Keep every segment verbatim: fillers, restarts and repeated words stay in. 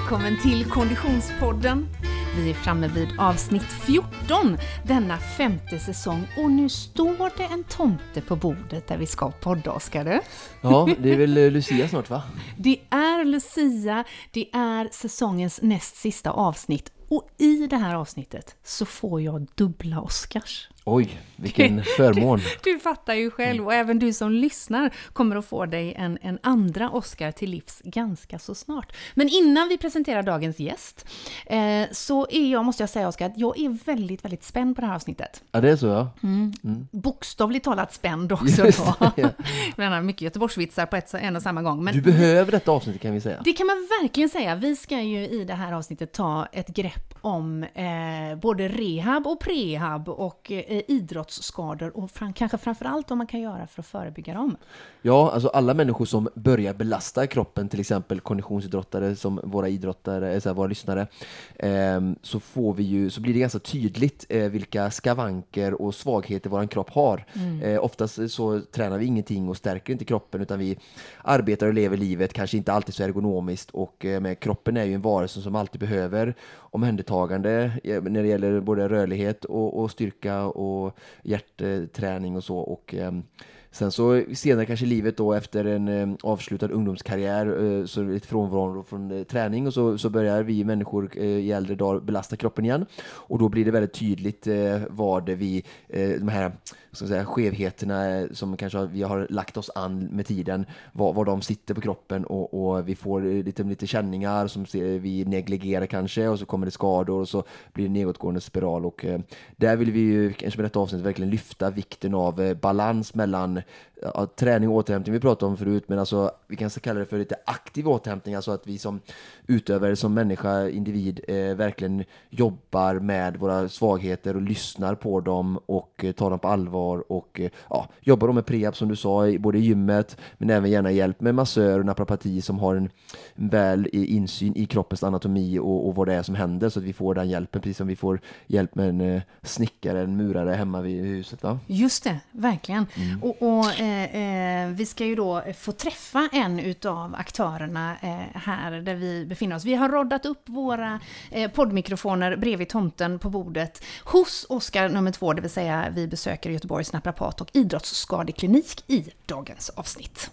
välkommen till Konditionspodden. Vi är framme vid avsnitt fjorton denna femte säsong och nu står det en tomte på bordet där vi ska podda, Oskar. Du? Ja, det är väl Lucia snart, va? Det är Lucia, det är säsongens näst sista avsnitt och i det här avsnittet så får jag dubbla Oscars. Oj, vilken förmån. Du fattar ju själv och även du som lyssnar kommer att få dig en, en andra Oscar till livs ganska så snart. Men innan vi presenterar dagens gäst eh, så är jag, måste jag säga Oskar, att jag är väldigt, väldigt spänd på det här avsnittet. Ja, det är så, ja. Mm. Mm. Bokstavligt talat spänd också. Just, då. ja. Jag menar, mycket Göteborgsvitsar på ett, en och samma gång. Men du behöver detta avsnitt, kan vi säga. det kan man verkligen säga. Vi ska ju i det här avsnittet ta ett grepp om eh, både rehab och prehab och eh, idrottsskador och fram, kanske framförallt vad man kan göra för att förebygga dem. Ja, alltså alla människor som börjar belasta kroppen, till exempel konditionsidrottare som våra idrottare, så här, våra lyssnare, eh, så får vi ju, så blir det ganska tydligt eh, vilka skavanker och svagheter våran kropp har. Mm. Eh, oftast så tränar vi ingenting och stärker inte kroppen, utan vi arbetar och lever livet, kanske inte alltid så ergonomiskt, och eh, med kroppen är ju en varelse som alltid behöver omhändertagande när det gäller både rörlighet och, och styrka och hjärtträning och så. Och eh, sen så senare kanske i livet då, efter en eh, avslutad ungdomskarriär, eh, så lite frånvaro från eh, träning, och så, så börjar vi människor eh, i äldre dagar belasta kroppen igen, och då blir det väldigt tydligt eh, vad vi, eh, de här ska jag säga, skevheterna som kanske vi har lagt oss an med tiden, var, var de sitter på kroppen, och, och vi får lite, lite känningar som vi negligerar kanske, och så kommer det skador och så blir det nedåtgående spiral. Och eh, där vill vi ju kanske med detta avsnitt verkligen lyfta vikten av eh, balans mellan ja, träning och återhämtning vi pratade om förut, men alltså vi kan så kalla det för lite aktiv återhämtning, alltså att vi som utövare, som människa, individ eh, verkligen jobbar med våra svagheter och lyssnar på dem och eh, tar dem på allvar, och eh, ja, jobbar med prehab som du sa, i, både i gymmet men även gärna hjälp med massör och naprapati som har en, en väl insyn i kroppens anatomi och, och vad det är som händer, så att vi får den hjälpen, precis som vi får hjälp med en eh, snickare, en murare hemma vid huset, va? Just det, verkligen. Mm. Och, och eh, eh, vi ska ju då få träffa en utav aktörerna eh, här där vi befinner oss. Vi har roddat upp våra eh, poddmikrofoner bredvid tomten på bordet hos Oskar nummer två, det vill säga vi besöker Göteborgs naprapat- och idrottsskadeklinik i dagens avsnitt.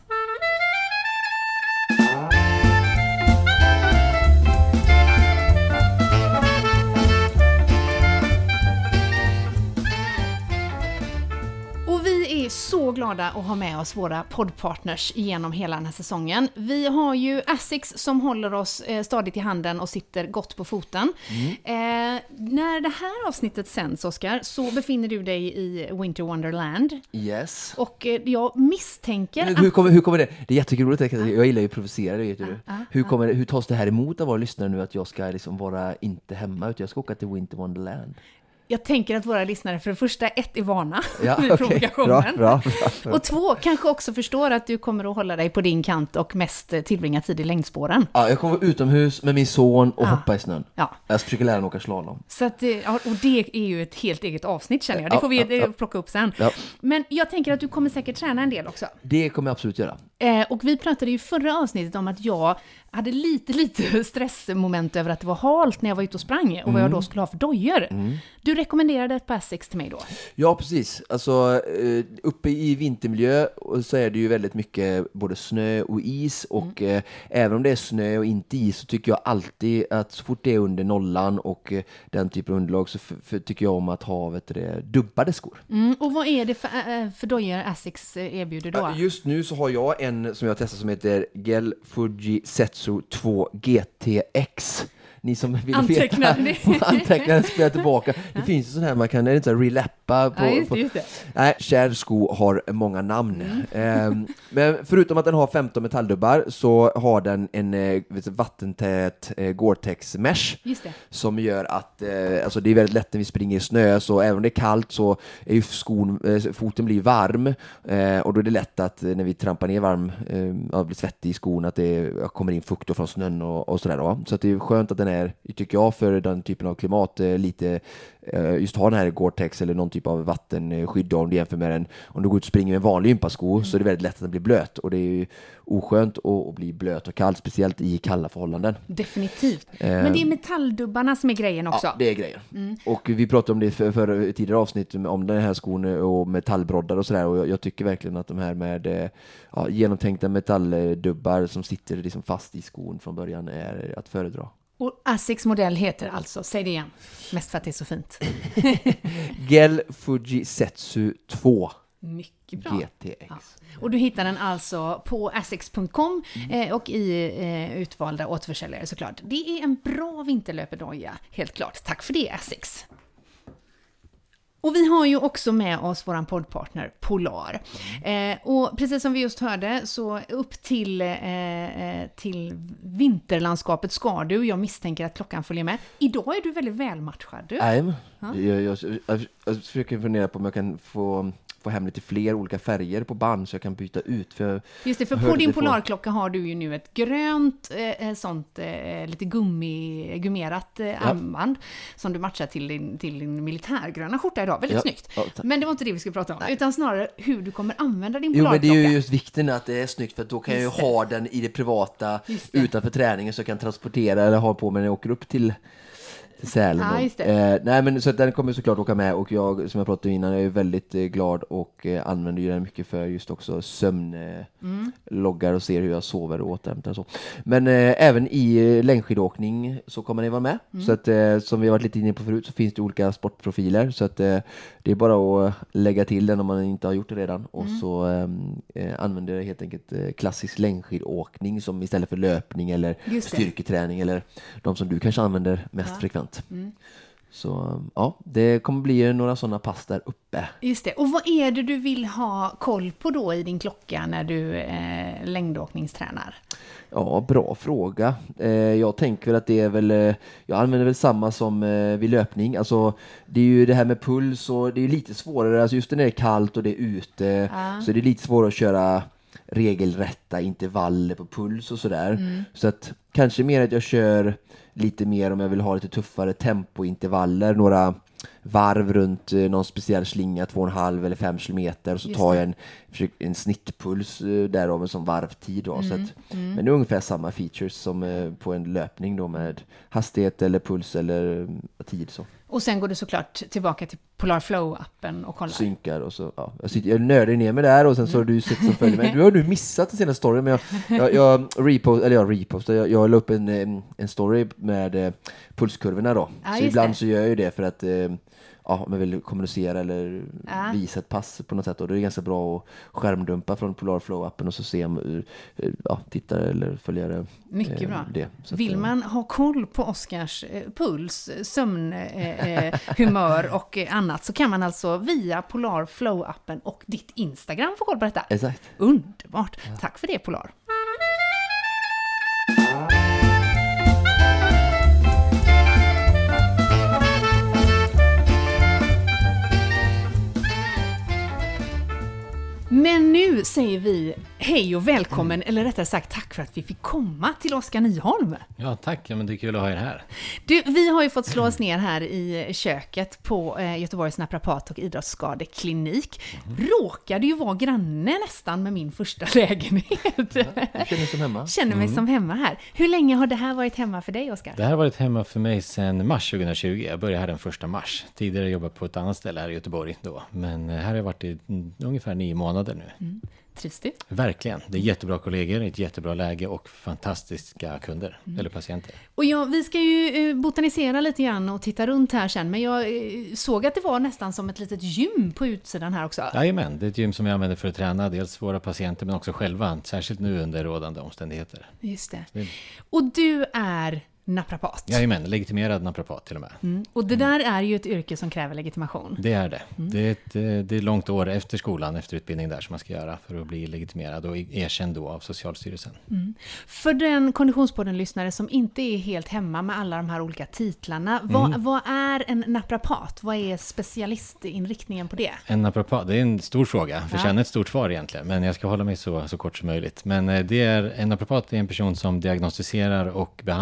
Vi är så glada att ha med oss våra poddpartners genom hela den här säsongen. Vi har ju Asics som håller oss eh, stadigt i handen och sitter gott på foten. Mm. Eh, när det här avsnittet sänds, Oskar, så befinner du dig i Winter Wonderland. Yes. Och eh, jag misstänker hur, hur, kommer, hur kommer det? Det är jättekul, jag ah. gillar ju att provocera, vet du. Ah, ah, hur, kommer det, hur tas det här emot av våra lyssnare nu, att jag ska liksom vara inte hemma, utan jag ska åka till Winter Wonderland? Jag tänker att våra lyssnare för det första ett är vana ja, med okay. provokationen. Bra, bra, bra, bra. Och två, kanske också förstår att du kommer att hålla dig på din kant och mest tillbringa tid i längdspåren. Ja, jag kommer utomhus med min son och ja. hoppa i snön. Ja. Jag ska försöka lära mig åka slalom. Så att, ja, och det är ju ett helt eget avsnitt, känner jag. Det får vi ja, ja. plocka upp sen. Ja. Men jag tänker att du kommer säkert träna en del också. Det kommer jag absolut göra. Eh, och vi pratade ju förra avsnittet om att jag hade lite, lite stressmoment över att det var halt när jag var ute och sprang och mm. vad jag då skulle ha för dojor. Mm. Du rekommenderade ett par Asics till mig då. Ja, precis. Alltså uppe i vintermiljö så är det ju väldigt mycket både snö och is, och mm. eh, även om det är snö och inte is, så tycker jag alltid att så fort det är under nollan och eh, den typen av underlag, så för, för, tycker jag om att ha vet du, dubbade skor. Mm. Och vad är det för, äh, för dojor Asics erbjuder då? Just nu så har jag en som jag testar som heter Gel Fuji Setsu två G T X. Ni som vill antecknar veta, antecknar och spela tillbaka. Det finns ju sån här, man kan inte relappa på. Ja, just det, just det. Nej, Kär sko har många namn. Mm. Um, men förutom att den har femton metalldubbar, så har den en uh, vattentät uh, Gore-Tex mesh. Just det. Som gör att uh, alltså det är väldigt lätt när vi springer i snö, så även om det är kallt så är ju skon, uh, foten blir varm, uh, och då är det lätt att uh, när vi trampar ner varm uh, blir svettig i skon, att det uh, kommer in fukt från snön och, och sådär då. Så att det är skönt att den är, tycker jag, för den typen av klimat lite just ha den här Gore-Tex eller någon typ av vattenskydd om du jämför med den. Om du går ut och springer med en vanlig gympasko mm. så är det väldigt lätt att den blir blöt. Och det är ju oskönt att, att bli blöt och kall, speciellt i kalla förhållanden. Definitivt. Eh, Men det är metalldubbarna som är grejen också. Ja, det är grejen. Mm. Och vi pratade om det för, för tidigare avsnitt om den här skon och metallbroddar och sådär. Och jag, jag tycker verkligen att de här med ja, genomtänkta metalldubbar som sitter liksom fast i skon från början är att föredra. Och Asics modell heter alltså, säg det igen, mest för att det är så fint. Gel Fuji Setsu två. Mycket bra. G T X. Ja. Och du hittar den alltså på asics punkt com mm. eh, och i eh, utvalda återförsäljare såklart. Det är en bra vinterlöpedoja, helt klart. Tack för det, Asics. Och vi har ju också med oss våran poddpartner Polar. Eh, och precis som vi just hörde så upp till, eh, till vinterlandskapet ska du. Jag misstänker att klockan följer med. Idag är du väldigt välmatchad. Du. Nej, jag, jag, jag, jag, jag försöker fundera på om jag kan få... få hem lite fler olika färger på band så jag kan byta ut. För Just det, för på din Polarklocka har du ju nu ett grönt eh, sånt eh, lite gummi, gummerat eh, ja. armband som du matchar till din, till din militärgröna skjorta idag. Väldigt ja. snyggt. Ja, men det var inte det vi skulle prata om, Nej. utan snarare hur du kommer använda din Polarklocka. Jo, men det är ju just vikten att det är snyggt, för då kan jag ju ha den i det privata det. utanför träningen så jag kan transportera eller ha på mig när jag åker upp till Sälen. Ah, just det. Eh, nej, men så att den kommer såklart åka med, och jag, som jag pratade innan, jag är väldigt eh, glad och eh, använder ju den mycket för just också sömnloggar eh, mm. och ser hur jag sover och återhämtar och så. Men eh, även i eh, längdskidåkning så kommer ni vara med. Mm. Så att eh, som vi har varit lite inne på förut så finns det olika sportprofiler, så att eh, det är bara att lägga till den om man inte har gjort det redan. Mm. Och så eh, använder det helt enkelt eh, klassisk längdskidåkning som istället för löpning eller styrketräning eller de som du kanske använder mest ja. frekvent. Mm. Så ja, det kommer bli några sådana pass där uppe. Just det. Och vad är det du vill ha koll på då i din klocka när du eh, längdåkningstränar? Ja, bra fråga. Eh, jag tänker väl att det är väl, eh, jag använder väl samma som eh, vid löpning. Alltså det är ju det här med puls och det är lite svårare, alltså just när det är kallt och det är ute ah. så är det lite svårare att köra regelrätta intervaller på puls och sådär. Mm. Så att kanske mer att jag kör lite mer om jag vill ha lite tuffare tempointervaller, några varv runt någon speciell slinga, två och en halv eller fem kilometer, och så tar jag en, en snittpuls där av en sån varvtid då. Mm. Så att, mm. men det är ungefär samma features som på en löpning då, med hastighet eller puls eller tid så. Och sen går du såklart tillbaka till Polar Flow-appen och kollar. Synkar och så, ja. Jag, sitter, jag nördar ner mig där och sen så har du sett som följer mig. Du har nu missat den senaste storyn, men jag, jag, jag repost, eller jag repostar, jag, jag la upp en, en story med eh, pulskurvorna då. Ja, så ibland det. så gör jag ju det för att eh, ja, man vill kommunicera eller ja. visa ett pass på något sätt, och det är ganska bra att skärmdumpa från Polar Flow-appen och så se om ja, tittare eller följare. Mycket eh, bra. Det. Så vill att, man ha koll på Oskars eh, puls, sömn, eh, humör och eh, annat, så kan man alltså via Polar Flow-appen och ditt Instagram få koll på detta. Exakt. Underbart. Ja. Tack för det, Polar. Men nu säger vi hej och välkommen, mm. eller rättare sagt tack för att vi fick komma till Oskar Nyholm. Ja, tack. Ja, men det är kul att ha er här. Du, vi har ju fått slå oss ner här i köket på eh, Göteborgs naprapat- och idrottsskadeklinik. Mm. Råkade ju vara granne nästan med min första lägenhet. Ja, jag känner mig som hemma. Känner mig mm. som hemma här. Hur länge har det här varit hemma för dig, Oskar? Det här har varit hemma för mig sedan mars tjugohundratjugo. Jag började här den första mars. Tidigare jobbat på ett annat ställe här i Göteborg då. Men här har jag varit i ungefär nio månader nu. Mm. Trivs du? Verkligen. Det är jättebra kollegor, ett jättebra läge och fantastiska kunder mm. eller patienter. Och ja, vi ska ju botanisera lite grann och titta runt här sen, men jag såg att det var nästan som ett litet gym på utsidan här också. Jajamän, det är ett gym som jag använder för att träna dels våra patienter men också själva, särskilt nu under rådande omständigheter. Just det. det. Och du är naprapat. Jajamän, legitimerad naprapat till och med. Mm. Och det där är ju ett yrke som kräver legitimation. Det är det. Mm. Det, är ett, det är långt år efter skolan, efter utbildning där som man ska göra för att bli legitimerad och erkänd då av Socialstyrelsen. Mm. För den Konditionspodden-lyssnare som inte är helt hemma med alla de här olika titlarna, mm. vad, vad är en naprapat? Vad är specialistinriktningen på det? En naprapat, det är en stor fråga. För ja. känner ett stort svar egentligen, men jag ska hålla mig så, så kort som möjligt. Men det är, en naprapat är en person som diagnostiserar och behandlar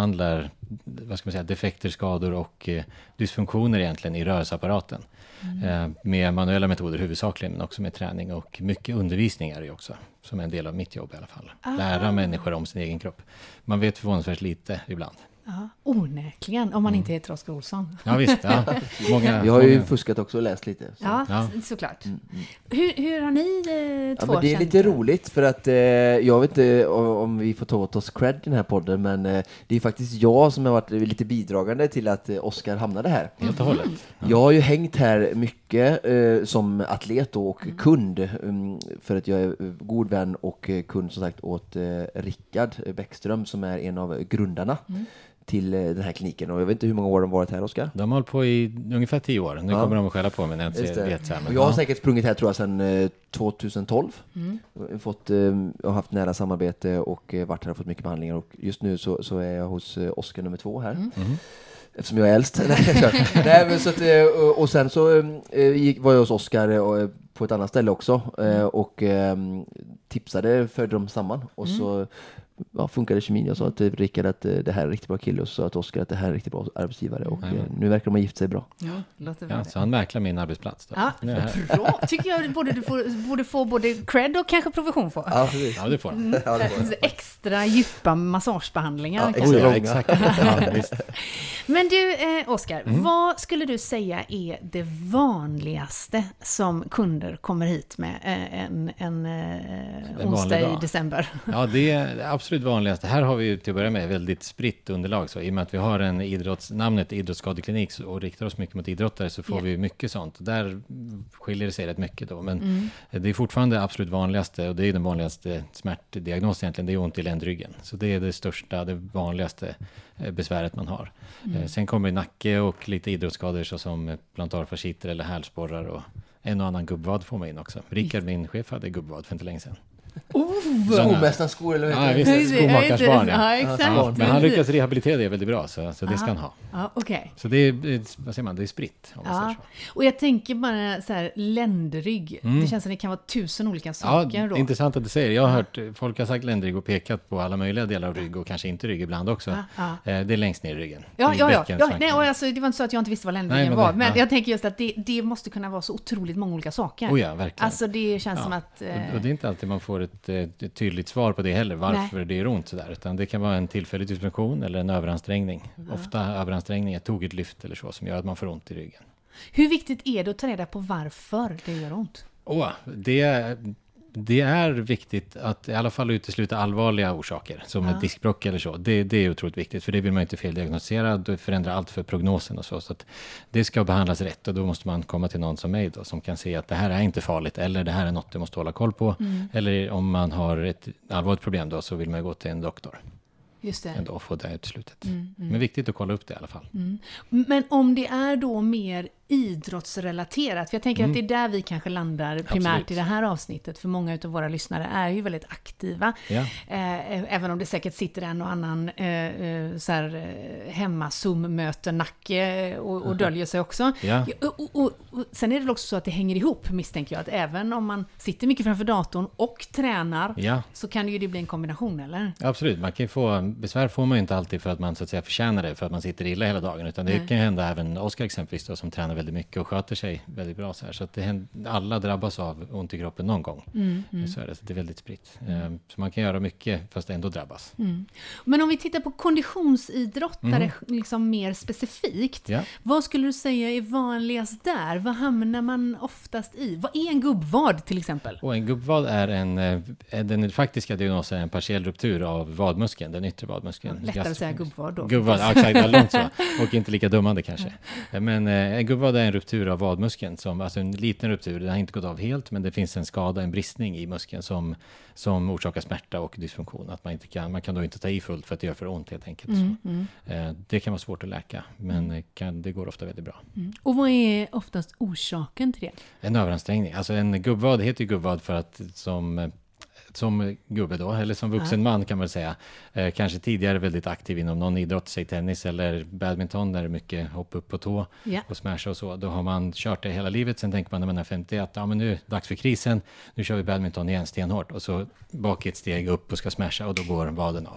vad ska man säga, defekter, skador och eh, dysfunktioner egentligen i rörelseapparaten. Mm. Eh, med manuella metoder huvudsakligen, men också med träning och mycket undervisning är det ju också, som är en del av mitt jobb i alla fall. Ah. Lära människor om sin egen kropp. Man vet förvånansvärt lite ibland. Ja, onekligen, om man mm. inte heter Oskar Olsson. Ja visst, ja. Många, jag har ju många... fuskat också och läst lite. Så. Ja, ja, såklart. Mm, mm. Hur, hur har ni eh, två ja, men det är lite roligt för att eh, jag vet inte om, om vi får ta åt oss cred i den här podden, men eh, det är faktiskt jag som har varit lite bidragande till att eh, Oskar hamnade här. Helt och hållet. Ja. Jag har ju hängt här mycket eh, som atlet och mm. kund um, för att jag är god vän och kund som sagt åt eh, Rickard Bäckström som är en av grundarna. Mm. till den här kliniken. Och jag vet inte hur många år de har varit här, Oskar. De har hållit på i ungefär tio år. Nu ja. kommer de att skälla på mig när jag inte vet så här. Men jag har ja. säkert sprungit här tror jag sedan eh, tjugohundratolv. Mm. Fått, eh, jag har haft nära samarbete och eh, varit här och fått mycket behandlingar. Och just nu så, så är jag hos eh, Oskar nummer två här. Mm. Mm. Eftersom jag är äldst. Nej, men så att, och sen så eh, gick, var jag hos Oskar och, på ett annat ställe också. Eh, och eh, tipsade för dem samman. Och mm. så ja, funkade kemin. Jag sa till Rickard att uh, det här är en riktigt bra kille och så sa att Oskar att det här är en riktigt bra arbetsgivare och uh, nu verkar de ha gift sig bra. Ja, låter bra. Ja, så han mäklar min arbetsplats då. Ja, bra. Tycker jag borde du får, borde få både cred och kanske provision för. Ja, ja det får han. Mm. Ja, det får han. Extra djupa massagebehandlingar. Ja, ja, exakt. Ja, visst. Men du, eh, Oskar, mm. vad skulle du säga är det vanligaste som kunder kommer hit med eh, en, en, eh, en onsdag i december? Ja, det är absolut vanligaste. Här har vi ju till att börja med väldigt spritt underlag. Så i och med att vi har en idrotts, namnet idrottsskadeklinik och riktar oss mycket mot idrottare så får yeah. vi mycket sånt. Där skiljer det sig rätt mycket då. Men mm. det är fortfarande det absolut vanligaste och det är den vanligaste smärtdiagnosen egentligen. Det är ont i ländryggen. Så det är det största, det vanligaste besväret man har. Mm. Sen kommer nacke och lite idrottsskador såsom plantarfasciter eller hälsporrar och en och annan gubbvad får man in också. Rickard, min chef, hade gubbvad för inte länge sedan. Skomästarens skor eller vad heter det? Ja, visst, skomakarbarn. Ja, exakt. Ja, men han lyckas rehabilitera det väldigt bra, så, så det ska han ha. Ja, okay. Så det är, vad säger man, det är spritt. Om man ja. säger så. Och jag tänker bara så här, ländrygg. Mm. Det känns som det kan vara tusen olika saker. Ja, då. Intressant att du säger. Jag har hört, folk har sagt ländrygg och pekat på alla möjliga delar av rygg och kanske inte rygg ibland också. Ja, ja. Det är längst ner i ryggen. Ja, ja, ja. ja nej, och alltså, det var inte så att jag inte visste vad ländryggen nej, men var. Det, men ja. jag tänker just att det, det måste kunna vara så otroligt många olika saker. Oh ja, verkligen. Alltså det känns ja. som att... Eh... Och, och det är inte alltid man får ett, ett tydligt svar på det heller, varför Nej. det gör ont sådär, utan det kan vara en tillfällig dysfunktion eller en överansträngning. Ja. Ofta överansträngning, ett tokigt lyft eller så som gör att man får ont i ryggen. Hur viktigt är det att ta reda på varför det gör ont? Åh, det, det är viktigt att i alla fall utesluta allvarliga orsaker som ja. ett diskbråck eller så. Det, det är otroligt viktigt, för det vill man inte feldiagnostisera, det förändrar allt för prognosen och så. Så att det ska behandlas rätt och då måste man komma till någon som mig då, som kan se att det här är inte farligt eller det här är något du måste hålla koll på. Mm. Eller om man har ett allvarligt problem då så vill man gå till en doktor. Just det. Ändå få det utslutet. Mm, mm. Men viktigt att kolla upp det i alla fall. Mm. Men om det är då mer idrottsrelaterat, för jag tänker mm. att det är där vi kanske landar primärt Absolut. i det här avsnittet, för många av våra lyssnare är ju väldigt aktiva. Ja. Eh, även om det säkert sitter en och annan eh, så här, hemma Zoom-möten-nacke och, och döljer sig också. Ja. Och, och, och, och sen är det väl också så att det hänger ihop, misstänker jag, att även om man sitter mycket framför datorn och tränar ja. så kan det ju det bli en kombination, eller? Absolut, man kan få, besvär får man ju inte alltid för att man så att säga förtjänar det, för att man sitter illa hela dagen, utan det Nej. kan hända även Oskar exempelvis då, som tränar väldigt mycket och sköter sig väldigt bra så här. Så att det händer, alla drabbas av ont i kroppen någon gång. Mm, mm. Så är det, så det är väldigt spritt. Mm. Så man kan göra mycket fast ändå drabbas. Mm. Men om vi tittar på konditionsidrottare mm. liksom mer specifikt. Ja. Vad skulle du säga är vanligast där? Vad hamnar man oftast i? Vad är en gubbvad till exempel? Och en gubbvad är en, den faktiska diagnosen är en partiell ruptur av vadmuskeln, den yttre vadmuskeln. Ja, lättare att säga gubbvad då. Gubbvad, ja, exakt, långt så. Och inte lika dummande kanske. Mm. Men en gubbvad är en ruptur av vadmuskeln, som, alltså en liten ruptur, den har inte gått av helt, men det finns en skada, en bristning i muskeln som, som orsakar smärta och dysfunktion. Att man, inte kan, man kan då inte ta i fullt för att det gör för ont helt enkelt. Mm, så. Mm. Det kan vara svårt att läka, men kan, det går ofta väldigt bra. Mm. Och vad är oftast orsaken till det? En överansträngning. Alltså en gubbvad heter ju gubbvad för att som... som gubbe då, eller som vuxen ja. man kan man säga. Eh, kanske tidigare väldigt aktiv inom någon idrott, säg tennis eller badminton, där det är mycket hopp upp på tå ja. och smasha och så. Då har man kört det hela livet, sen tänker man när man är femtio att ja, men nu är det dags för krisen, nu kör vi badminton igen stenhårt, och så bak ett steg upp och ska smasha och då går vaden av.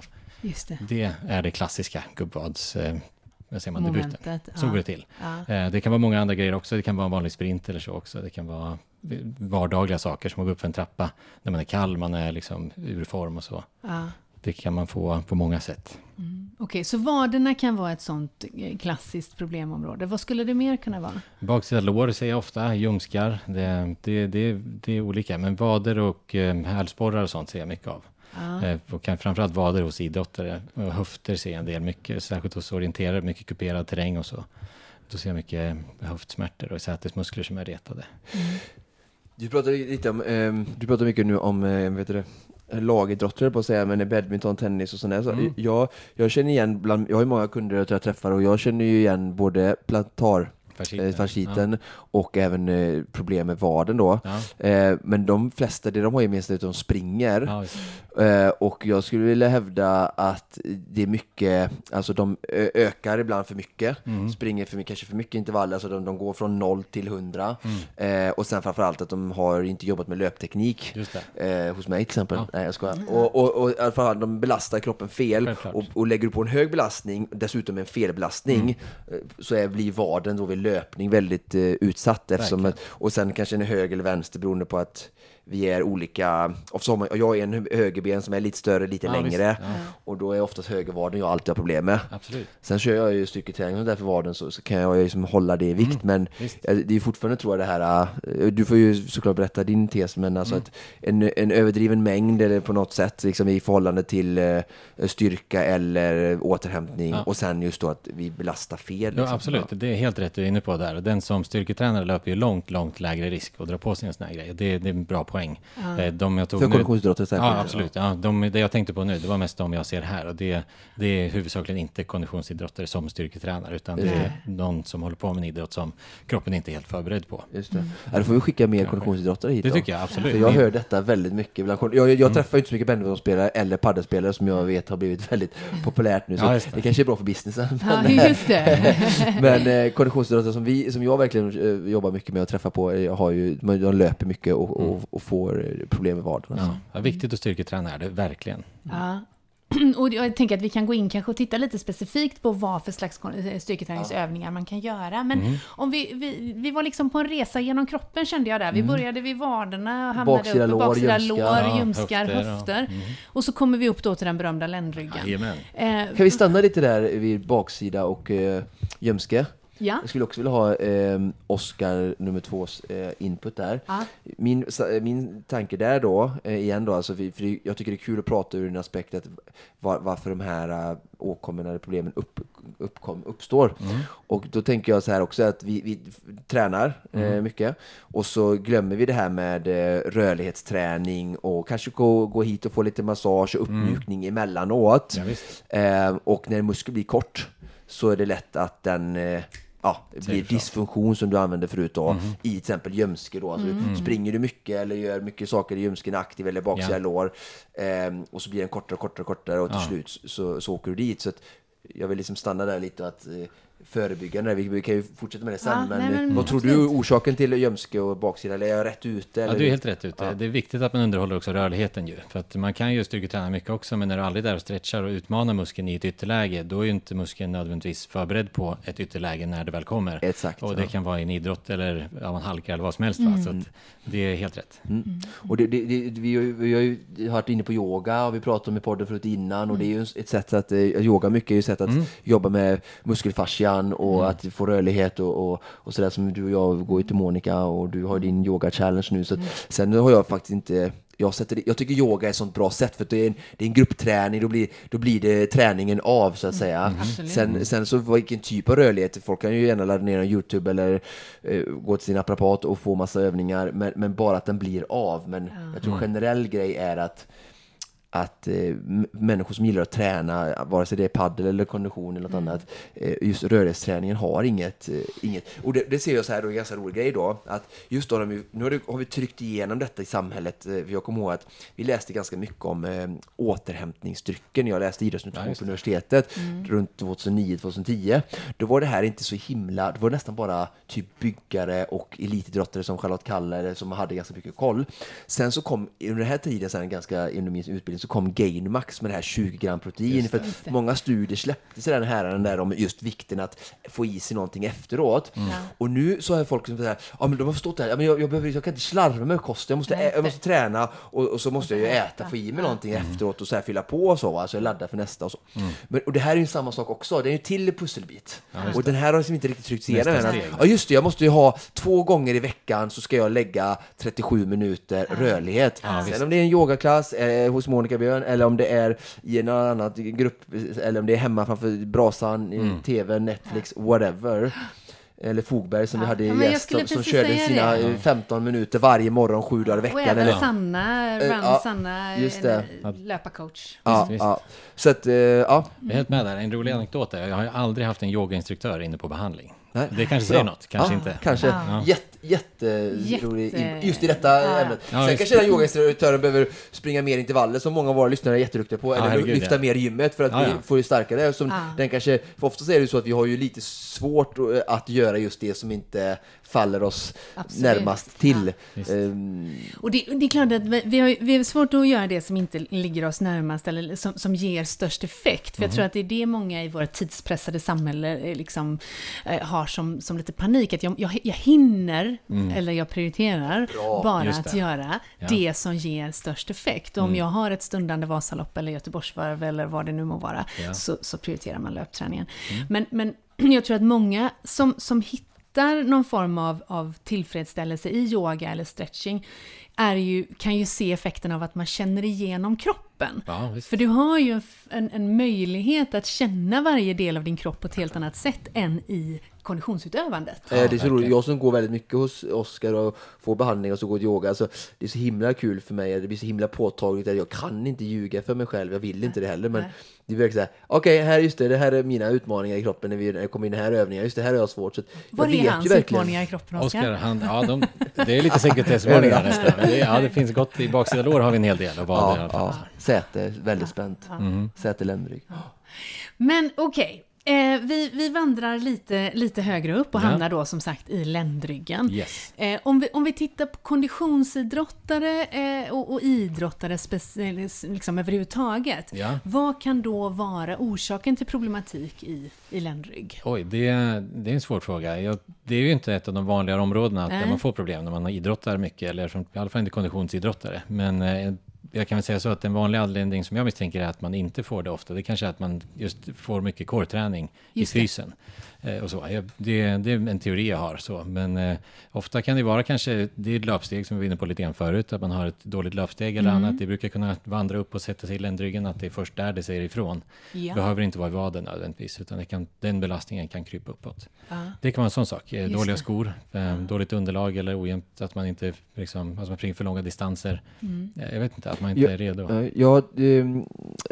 Just det. Det är det klassiska gubbvads... Eh, vad säger man, Momentet, debuten. ja. Så går det till. Ja. Eh, det kan vara många andra grejer också. Det kan vara en vanlig sprint eller så också. Det kan vara vardagliga saker som att gå upp för en trappa när man är kall, man är liksom ur form och så. Ja. Det kan man få på många sätt. Mm. Okej, okay, så vaderna kan vara ett sånt klassiskt problemområde. Vad skulle det mer kunna vara? Baksida lår säger jag ofta, ljumskar. Det, det, det, det är olika. Men vader och eh, hälsporrar och sånt ser jag mycket av. Ja. Eh, och kan, framförallt vader hos idrottare. Och höfter ser jag en del mycket. Särskilt hos orienterare, mycket kuperad terräng och så. Då ser jag mycket höftsmärtor och sätesmuskler som är retade. Mm. Du pratar lite om, eh, du pratar mycket nu om, eh, vet du det, lagidrottare på att säga, men badminton, tennis och sådär. Så mm. jag, jag känner igen, bland, jag har ju många kunder jag träffar och jag känner ju igen både plantar fasciten, eh, fasciten ja. och även eh, problem med vaden då. Ja. Eh, men de flesta, det de har gemensamt är att de springer. Ja, eh, och jag skulle vilja hävda att det är mycket, alltså de ökar ibland för mycket, mm. springer för mycket, kanske för mycket intervaller, alltså de, de går från noll till hundra. Mm. Eh, och sen framförallt att de har inte jobbat med löpteknik. Just det. Eh, hos mig till exempel. Ja. Nej, jag skojar. Mm. Och, och, och i alla fall, de belastar kroppen fel och, och lägger du på en hög belastning, dessutom en felbelastning, mm. så är, blir vaden då vid löpning väldigt eh, utsatt eftersom att, och sen kanske en höger eller vänster beroende på att vi är olika, och jag är en högerben som är lite större, lite ja, längre ja. och då är oftast högervaden jag alltid har problem med. Absolut. Sen kör jag ju styrketräning och därför vaden så, så kan jag ju liksom hålla det i vikt, mm. men Visst. det är fortfarande, tror jag, det här, du får ju såklart berätta din tes, men alltså mm. att en, en överdriven mängd eller på något sätt liksom i förhållande till uh, styrka eller återhämtning ja. och sen just då att vi belastar fel. Liksom. Ja, absolut, det är helt rätt du är inne på där, och den som styrketränare löper ju långt, långt lägre risk och drar på sig en sån här grej. Det, det är en bra poäng. Ja. De jag tog för konditionsidrottare säkert. Ja, absolut. Ja, de, det jag tänkte på nu, det var mest de jag ser här, och det, det är huvudsakligen inte konditionsidrottare som styrketränare, utan det är någon som håller på med en idrott som kroppen inte är helt förberedd på. Just det. Mm. Ja, då får vi skicka mer konditionsidrottare hit. Det tycker jag, absolut. För jag hör detta väldigt mycket. Jag, jag, jag träffar inte så mycket badmintonspelare eller paddelspelare som jag vet har blivit väldigt populärt nu. Så ja, det. det kanske är bra för businessen. Ja, just det. Men eh, konditionsidrottare som, vi, som jag verkligen eh, jobbar mycket med att träffa på, jag har ju, de löper mycket och, och, och får problem med vaden. Ja, ja, viktigt att styrketräna är det, verkligen. Ja. Och jag tänker att vi kan gå in kanske och titta lite specifikt på vad för slags styrketräningsövningar man kan göra. Men mm. om vi, vi, vi var liksom på en resa genom kroppen, kände jag där. Vi mm. började vid vaderna och hamnade baksida upp lår, baksida ljumskar, lår, ja, ljumskar, höfter. höfter. Ja. Mm. Och så kommer vi upp då till den berömda ländryggen. Eh, kan vi stanna lite där vid baksida och eh, ljumske? Ja. Jag skulle också vilja ha eh, Oscar nummer tvås eh, input där. Ja. Min, min tanke där då, eh, igen då, alltså, för, för jag tycker det är kul att prata ur en aspekt att var, varför de här uh, åkommorna, problemen upp, uppkom, uppstår. Mm. Och då tänker jag så här också att vi, vi tränar mm. eh, mycket och så glömmer vi det här med eh, rörlighetsträning och kanske gå, gå hit och få lite massage och uppmjukning mm. emellanåt. Ja, eh, och när en muskel blir kort så är det lätt att den eh, ja, det blir dysfunktion som du använde förut då, mm. i till exempel ljumske då. Alltså, mm. springer du mycket eller gör mycket saker i ljumsken aktiv eller baksida yeah. lår eh, och så blir den kortare och kortare och kortare och till ja. slut så, så åker du dit. Så att jag vill liksom stanna där lite och att eh, förebyggande. Vi, vi kan ju fortsätta med det sen. Ja, men, nej, men vad tror absolut. du orsaken till ljumske och baksida? Eller är jag rätt ute? Eller? Ja, du är helt rätt ute. Ja. Det är viktigt att man underhåller också rörligheten ju. För att man kan ju styrketräna mycket också, men när du aldrig är där och stretchar och utmanar muskeln i ett ytterläge, då är ju inte muskeln nödvändigtvis förberedd på ett ytterläge när det väl kommer. Exakt. Och det ja. kan vara i en idrott eller ja, man halkar eller vad som helst. Mm. Va? Så att det är helt rätt. Mm. Mm. Och det, det, det, vi, vi har ju varit inne på yoga och vi pratade om i podden förut innan mm. och det är ju ett sätt att yoga mycket är ju ett sätt att mm. jobba med muskelfascian och mm. att få rörlighet och, och, och sådär som du och jag går ut till Monica och du har din yoga challenge nu. Så att, mm. sen har jag faktiskt inte... Jag, sätter det, jag tycker yoga är ett sånt bra sätt för att det är en, det är en gruppträning, då blir, då blir det träningen av så att säga. Mm, sen, sen så vilken typ av rörlighet, folk kan ju gärna ladda ner en YouTube eller eh, gå till sin apparat och få massa övningar, men, men bara att den blir av. Men mm. jag tror generell grej är att att eh, m- människor som gillar att träna, vare sig det är paddel eller kondition eller något mm. annat, eh, just rörlighetsträningen har inget, eh, inget. Och det, det ser jag så här då, en ganska rolig grej då, att just då, vi, nu har, det, har vi tryckt igenom detta i samhället, eh, jag kommer ihåg att vi läste ganska mycket om eh, återhämtningsdrycken, jag läste idrottsnutrition ja, på universitetet mm. runt tjugohundranio tjugohundratio, då var det här inte så himla, det var nästan bara typ byggare och elitidrottare som Charlotte Kalla som hade ganska mycket koll. Sen så kom, under den här tiden sen ganska, inom min utbildning så kom Gainmax med det här tjugo gram protein. För att många studier släppte sig den här där om just vikten att få i sig någonting efteråt. Mm. Och nu så har folk som säger, ja men de har förstått det här, ja, men jag, jag, behöver, jag kan inte slarva med kost, jag måste, ä, jag måste träna och, och så måste jag ju äta, få i mig någonting mm. efteråt och så här fylla på och så, alltså ladda för nästa och så. Mm. Men, och det här är ju samma sak också, det är ju till pusselbit. Ja, och den här har liksom inte riktigt tryckt igenom än. Ja just det, jag måste ju ha två gånger i veckan så ska jag lägga trettiosju minuter ja. rörlighet. Ja, sen om det är en yogaklass eh, hos Monica Björn eller om det är i en annan grupp eller om det är hemma framför brasan, mm. tv, Netflix, whatever. Eller Fogberg som ja. vi hade i gäst som, som körde sina det. femton minuter varje morgon, sju dagar i veckan. Och även eller, Sanna, Run, ja, Sanna just det. löparcoach. Ja, visst, visst. ja. Så att, uh, ja. Jag är helt med där. En rolig anekdot är, jag har ju aldrig haft en yogainstruktör inne på behandling. Nej. Det kanske säger ja. något, kanske ja, inte. Kanske. Ja. Jätte, jätterolig, Jätte... just i detta ja. ämnet. Ja, Sen just... kanske den yogainstruktören behöver springa mer intervaller som många av våra lyssnare är jätteduktiga på. Eller ja, herregud, lyfta ja. mer i gymmet för att ja, ja. vi får ju starkare. Som ja. den kanske, för ofta är det så att vi har ju lite svårt att göra just det som inte faller oss Absolut. närmast till. Ja. Um... Och det, det är klart att vi, vi, har, vi har svårt att göra det som inte ligger oss närmast eller som, som ger störst effekt. För mm. jag tror att det är det många i våra tidspressade samhälle liksom, eh, har som, som lite panik. Att jag, jag, jag hinner mm. eller jag prioriterar Bra. bara att göra ja. det som ger störst effekt. Och om mm. jag har ett stundande Vasalopp eller Göteborgsvarv eller vad det nu må vara ja. så, så prioriterar man löpträningen. Mm. Men, men jag tror att många som, som hittar någon form av, av tillfredsställelse i yoga eller stretching är ju, kan ju se effekten av att man känner igenom kroppen. Ja, för du har ju en, en möjlighet att känna varje del av din kropp på ett helt annat sätt än i konditionsutövandet. Ja, det är så roligt. Jag som går väldigt mycket hos Oskar och får behandling och så går till yoga. Alltså, det är så himla kul för mig. Det blir så himla påtagligt att jag kan inte ljuga för mig själv. Jag vill inte det heller. Men Nej. det blir verkligen så här, okej, okay, här just det, det här är mina utmaningar i kroppen när vi när jag kommer in i den här övningen. Just det, här är jag svårt. Så Vad är hans utmaningar i kroppen, Oskar? Oskar, han, ja, de, det är lite sekretessvarningar nästan. Men det, ja, det finns gott i baksida lår har vi en hel del. Och vad ja, ja. Säte, väldigt spänt. Ja. Mm. Säte, ländrygg. Ja. Men okej. Okay. Eh, vi, vi vandrar lite, lite högre upp och ja. hamnar då som sagt i ländryggen. Yes. Eh, om, vi, om vi tittar på konditionsidrottare eh, och, och idrottare speci- liksom överhuvudtaget. Ja. Vad kan då vara orsaken till problematik i, i ländrygg? Oj, det, det är en svår fråga. Jag, det är ju inte ett av de vanligare områdena där man får problem när man idrottar mycket. Eller som, i alla fall inte konditionsidrottare. Men eh, jag kan väl säga så att en vanlig anledning som jag misstänker är att man inte får det ofta. Det kanske är att man just får mycket core-träning i fysen. Eh, och så. Jag, det, det är en teori jag har. Så. Men eh, ofta kan det vara kanske, det är ett löpsteg som vi var inne på lite grann förut. Att man har ett dåligt löpsteg eller mm. annat. Det brukar kunna vandra upp och sätta sig i ländryggen. Att det är först där det säger ifrån. Ja. Behöver inte vara i vaden nödvändigtvis. Utan det kan, den belastningen kan krypa uppåt. Ja. Det kan vara en sån sak. Eh, dåliga skor, eh, ja. dåligt underlag eller ojämnt. Att man inte liksom, att man springer för långa distanser. Mm. Jag vet inte, att man inte jag, är redo. Jag, jag,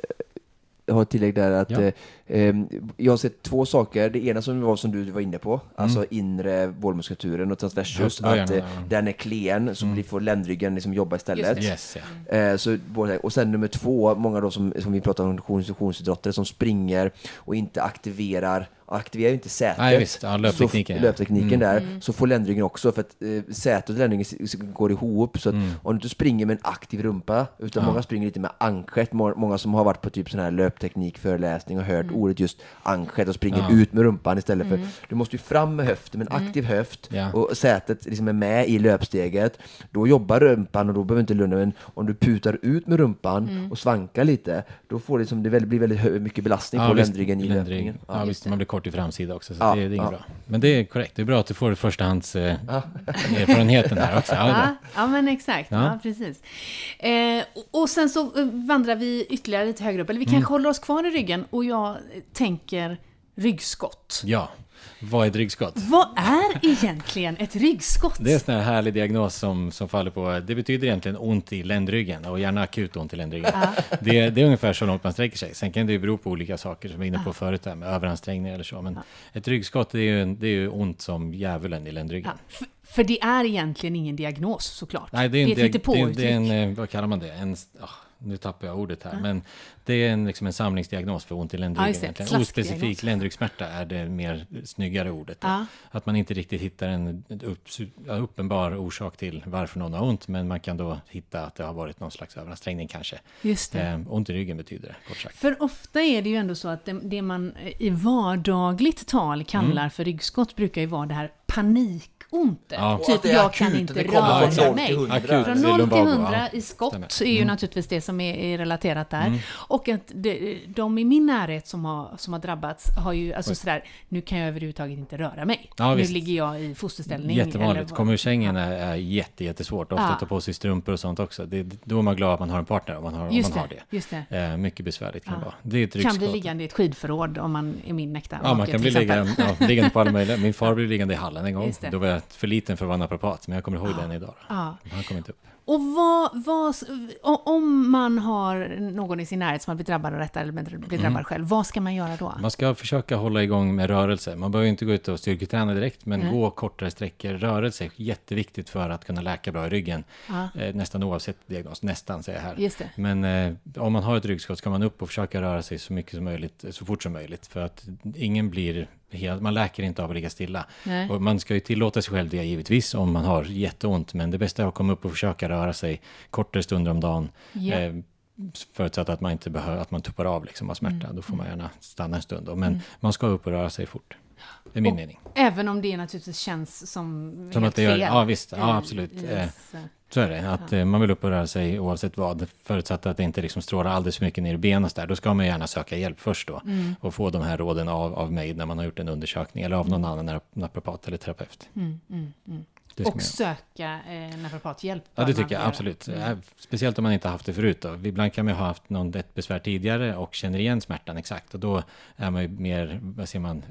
jag har ett tillägg där att ja. eh, jag har sett två saker. Det ena som var som du var inne på, mm. alltså inre vålmuskulaturen och transversus, ja, att eh, den är klen så mm. vi får ländryggen liksom jobba istället. Yes, ja. eh, så, och sen nummer två, många då som, som vi pratar om konditionsidrottare som springer och inte aktiverar aktiverar inte sätet. Nej, visst. Ja, löptekniken, så, löptekniken mm. där, mm. så får ländryggen också, för att eh, sätet och ländryggen går ihop, så att mm. om du inte springer med en aktiv rumpa, utan ja. många springer lite med ankret, må, många som har varit på typ sån här löpteknik föreläsning och hört mm. ordet just ankret och springer ja. ut med rumpan istället för, mm. du måste ju fram med höften, med en mm. aktiv höft ja. och sätet liksom är med i löpsteget, då jobbar rumpan och då behöver inte lunda, men om du putar ut med rumpan mm. och svankar lite, då får det, liksom, det blir väldigt hö- mycket belastning ja, på visst, ländryggen i ländrygg. löpningen. Ja, ja visst, man blir kort i framsida också, så ja, det, det är inget ja. bra. Men det är korrekt, det är bra att du får förstahands eh, ja. erfarenheten här också. Ja, ja, ja men exakt, ja, ja precis. Eh, och, och sen så vandrar vi ytterligare lite högre upp, eller vi kanske mm. håller oss kvar i ryggen, och jag tänker ryggskott. Ja. Vad är ett ryggskott? Vad är egentligen ett ryggskott? Det är en sån här härlig diagnos som, som faller på. Det betyder egentligen ont i ländryggen och gärna akut ont i ländryggen. Uh. Det, det är ungefär så långt man sträcker sig. Sen kan det ju bero på olika saker som vi är inne på uh. förut där, med överansträngning eller så. Men uh. ett ryggskott, det är, ju, det är ju ont som djävulen i ländryggen. Uh. F- för det är egentligen ingen diagnos såklart. Nej, det är, en det är diag- lite på det, det är en, vad kallar man det? En, oh, nu tappar jag ordet här, ja. men det är en, liksom en samlingsdiagnos för ont i ländryggen. Ja, ospecifik ländryggsmärta är det mer snyggare ordet. Ja. Att man inte riktigt hittar en upp, uppenbar orsak till varför någon har ont, men man kan då hitta att det har varit någon slags överansträngning kanske. Just det. Eh, ont i ryggen betyder det, kort sagt. För ofta är det ju ändå så att det, det man i vardagligt tal kallar mm. för ryggskott brukar ju vara det här panik ont. Ja. Typ jag akut, kan inte röra mig. Akut. Från noll till hundra i skott är ju mm. naturligtvis det som är, är relaterat där. Mm. Och att de, de i min närhet som har, som har drabbats har ju alltså sådär, nu kan jag överhuvudtaget inte röra mig. Ja, nu visst. Ligger jag i fosterställning. Jättevanligt. Kommer ur sängen är, är jätte, jättesvårt. Ofta ja. ta på sig strumpor och sånt också. Det, då är man glad att man har en partner om man har, om man har det. Just det. Eh, mycket besvärligt kan ja. vara. Det är ett kan bli liggande i ett skidförråd om man är min näkta. Ja, man kan bli liggande, ja, liggande på alla möjliga. Min far blev liggande i hallen en gång. Då var jag för liten för att vara naprapat, men jag kommer ihåg ja. den idag. Ja. Han kom inte upp. Och vad, vad, om man har någon i sin närhet som har blivit drabbad av detta eller blir drabbad mm. själv, vad ska man göra då? Man ska försöka hålla igång med rörelse. Man behöver inte gå ut och styrketräna direkt, men mm. gå kortare sträckor. Rörelse är jätteviktigt för att kunna läka bra i ryggen. Eh, nästan oavsett diagnos. Nästan säger jag här. Just det. Men eh, om man har ett ryggskott ska man upp och försöka röra sig så mycket som möjligt, så fort som möjligt. För att ingen blir helt, man läker inte av att ligga stilla. Nej. Och man ska ju tillåta sig själv det givetvis om man har jätteont, men det bästa är att komma upp och försöka röra sig kortare stunder om dagen. Ja. Eh, förutsatt att man inte behöver, att man tuppar av liksom av smärta. Mm. Då får man gärna stanna en stund. Men mm. man ska upp och röra sig fort. Det är min och, mening. Även om det naturligtvis känns som, som helt att det gör, fel. Ja visst, ja absolut. I, i så är det, att ja. man vill upp och röra sig oavsett vad, förutsatt att det inte liksom strålar alldeles för mycket ner i benen där. Då ska man gärna söka hjälp först då mm. och få de här råden av, av mig när man har gjort en undersökning eller av någon mm. annan naprapat eller terapeut. Mm, mm, mm. Och söka eh, naprapathjälp. Ja, det tycker jag absolut. Mm. Speciellt om man inte haft det förut då. Ibland kan man ha haft någon, ett besvär tidigare och känner igen smärtan exakt. Och då är man ju mer, vad säger man,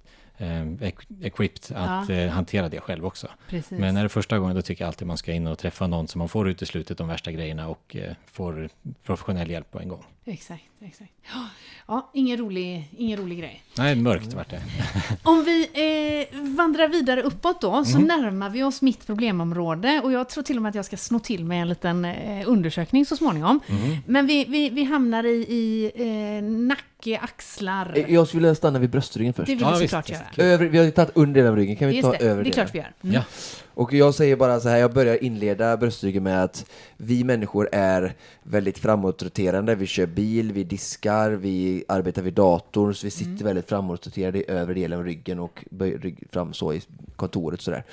eh, equipped att ja. eh, hantera det själv också. Precis. Men när det är första gången, då tycker jag alltid man ska in och träffa någon som man får uteslutet de värsta grejerna och eh, får professionell hjälp på en gång. Exakt, exakt. Ja, ingen rolig, ingen rolig grej. Nej, mörkt vart det. Om vi eh, vandrar vidare uppåt då, mm. så närmar vi oss mitt problemområde. Och jag tror till och med att jag ska snå till med en liten eh, undersökning så småningom. Mm. Men vi, vi, vi hamnar i, i eh, nacke, axlar. Jag skulle vilja stanna vid bröstryggen först. Det vill ja, vi såklart göra. Över, vi har tagit under den ryggen, kan vi Just ta det, över det? Det är klart vi gör. Mm. Ja. Och jag säger bara så här, jag börjar inleda bröstryggen med att vi människor är väldigt framåtroterande. Vi kör bil, vi diskar, vi arbetar vid datorn, så vi sitter mm. väldigt framåtroterade i övre delen av ryggen och böjer rygg fram så i kontoret sådär.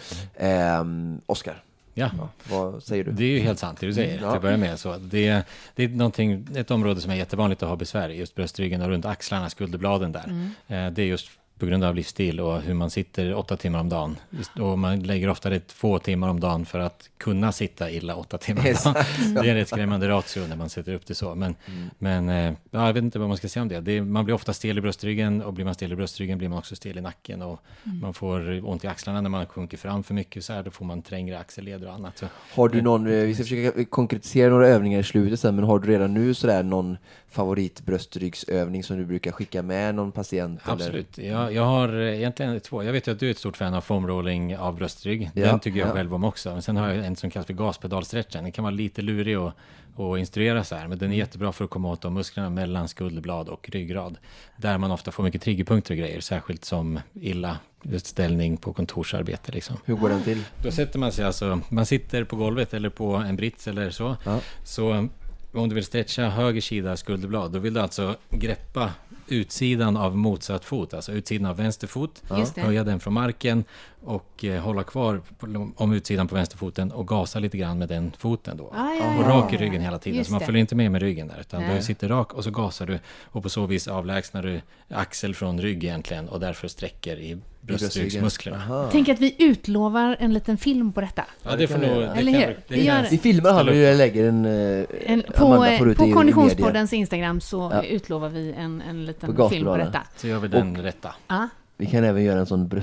Mm. Eh, Oskar. Ja. ja, vad säger du? Det är ju helt sant det du säger, ja. till börja med. Så det, det är någonting, ett område som är jättevanligt att ha besvär i, just bröstryggen och runt axlarna, skulderbladen där. Mm. Eh, det är just på grund av livsstil och hur man sitter åtta timmar om dagen. Och man lägger ofta det två timmar om dagen för att kunna sitta illa åtta timmar om dagen. Det är en rätt skrämmande ratio när man sätter upp det så. Men, mm. men ja, jag vet inte vad man ska säga om det. det är, man blir ofta stel i bröstryggen, och blir man stel i bröstryggen blir man också stel i nacken. Och mm. man får ont i axlarna när man sjunker fram för mycket. Så här, då får man trängre axelleder och annat. Så, har du någon, vi ska försöka konkretisera några övningar i slutet sen, men har du redan nu sådär någon favoritbröstryggsövning som du brukar skicka med någon patient? Absolut. Eller? Jag, jag har egentligen två. Jag vet ju att du är ett stort fan av foamrolling av bröstrygg. Den ja, tycker jag ja. själv om också. Men sen har jag en som kallas för gaspedalstretchen. Den kan vara lite lurig och, och instruera så här. Men den är jättebra för att komma åt de musklerna mellan skulderblad och ryggrad. Där man ofta får mycket triggerpunkter och grejer. Särskilt som illa ställning på kontorsarbete. Liksom. Hur går den till? Då sätter man sig alltså, man sitter på golvet eller på en brits eller så. Ja. Så om du vill stretcha höger sida skulderblad, då vill du alltså greppa utsidan av motsatt fot, alltså utsidan av vänster fot, höja den från marken och eh, hålla kvar på, om utsidan på vänsterfoten och gasa lite grann med den foten då. Ah, ja, och rak i ryggen hela tiden, så man följer inte med med ryggen där, utan du sitter rak och så gasar du och på så vis avlägsnar du axel från rygg egentligen och därför sträcker i bröstryggsmusklerna. Tänk att vi utlovar en liten film på detta. Ja, det får nog... Det Eller hur? Det vi, gör, vi filmar han och lägger en... en på på Konditionspoddens Instagram så ja. utlovar vi en, en liten på film på detta. Så gör vi den och, rätta. Ja. Vi kan även göra en sån bröst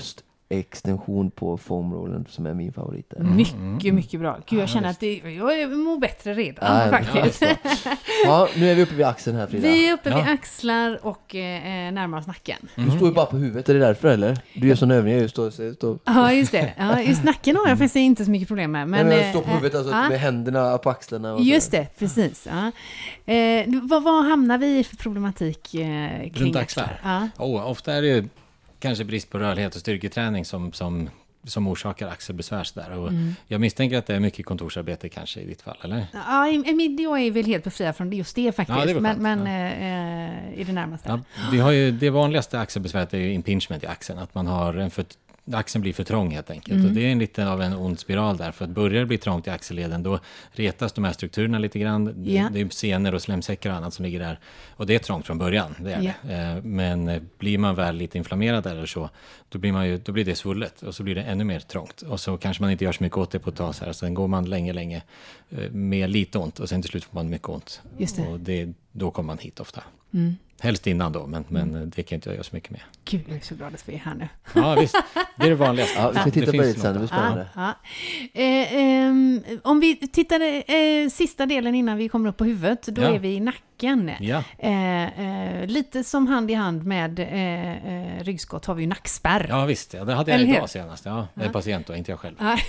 extension på foamrollen som är min favorit. Där. Mm. Mycket, mycket bra. Gud, jag känner att det, jag mår bättre redan ja, faktiskt. Ja, ja, nu är vi uppe vid axeln här, Frida. Vi är uppe vid ja. axlar och eh, närmar oss nacken. Du står ju bara på huvudet, är det därför eller? Du gör sån övning, jag står... står. Ja, just det. Ja, just nacken har jag faktiskt inte så mycket problem med. Men, men jag står på huvudet, alltså äh, med händerna på axlarna. Och just det, precis. Ja. Eh, vad, vad hamnar vi i för problematik eh, kring runt axlar? Ja. Oh, ofta är det ju kanske brist på rörlighet och styrketräning som, som, som orsakar axelbesvär där. Och mm. jag misstänker att det är mycket kontorsarbete kanske i ditt fall, eller? Ja, jag är väl helt befriad från just det faktiskt, ja, det men, men ja. eh, i det närmaste. Ja, vi har ju, det vanligaste axelbesväret är ju impingement i axeln, att man har en för axeln blir för trång helt enkelt. Mm. Och det är en lite av en ond spiral där. För att börjar det bli trångt i axelleden, då retas de här strukturerna lite grann. Yeah. Det är senor och slemsäckar och annat som ligger där. Och det är trångt från början, det är yeah. det. Men blir man väl lite inflammerad eller så, då blir, man ju, då blir det svullet. Och så blir det ännu mer trångt. Och så kanske man inte gör så mycket åt det på ett tag så här. Sen går man länge, länge med lite ont. Och sen till slut får man mycket ont. Just det. Och det, då kommer man hit ofta. Mm. Helst innan då, men, men mm. det kan inte jag göra så mycket med. Gud, jag är så glad att vi är här nu. Ja, visst. Det är det vanligaste. Ja, vi ska titta på det sen, det blir spännande. Ja, ja. Eh, eh, om vi tittar eh, sista delen innan vi kommer upp på huvudet, då ja. är vi i nacken. Ja. Eh, eh, lite som hand i hand med eh, eh, ryggskott har vi ju nackspärr. Ja, visst. Ja, det hade jag idag senast. Ja, ja. En patient då, inte jag själv. Ja.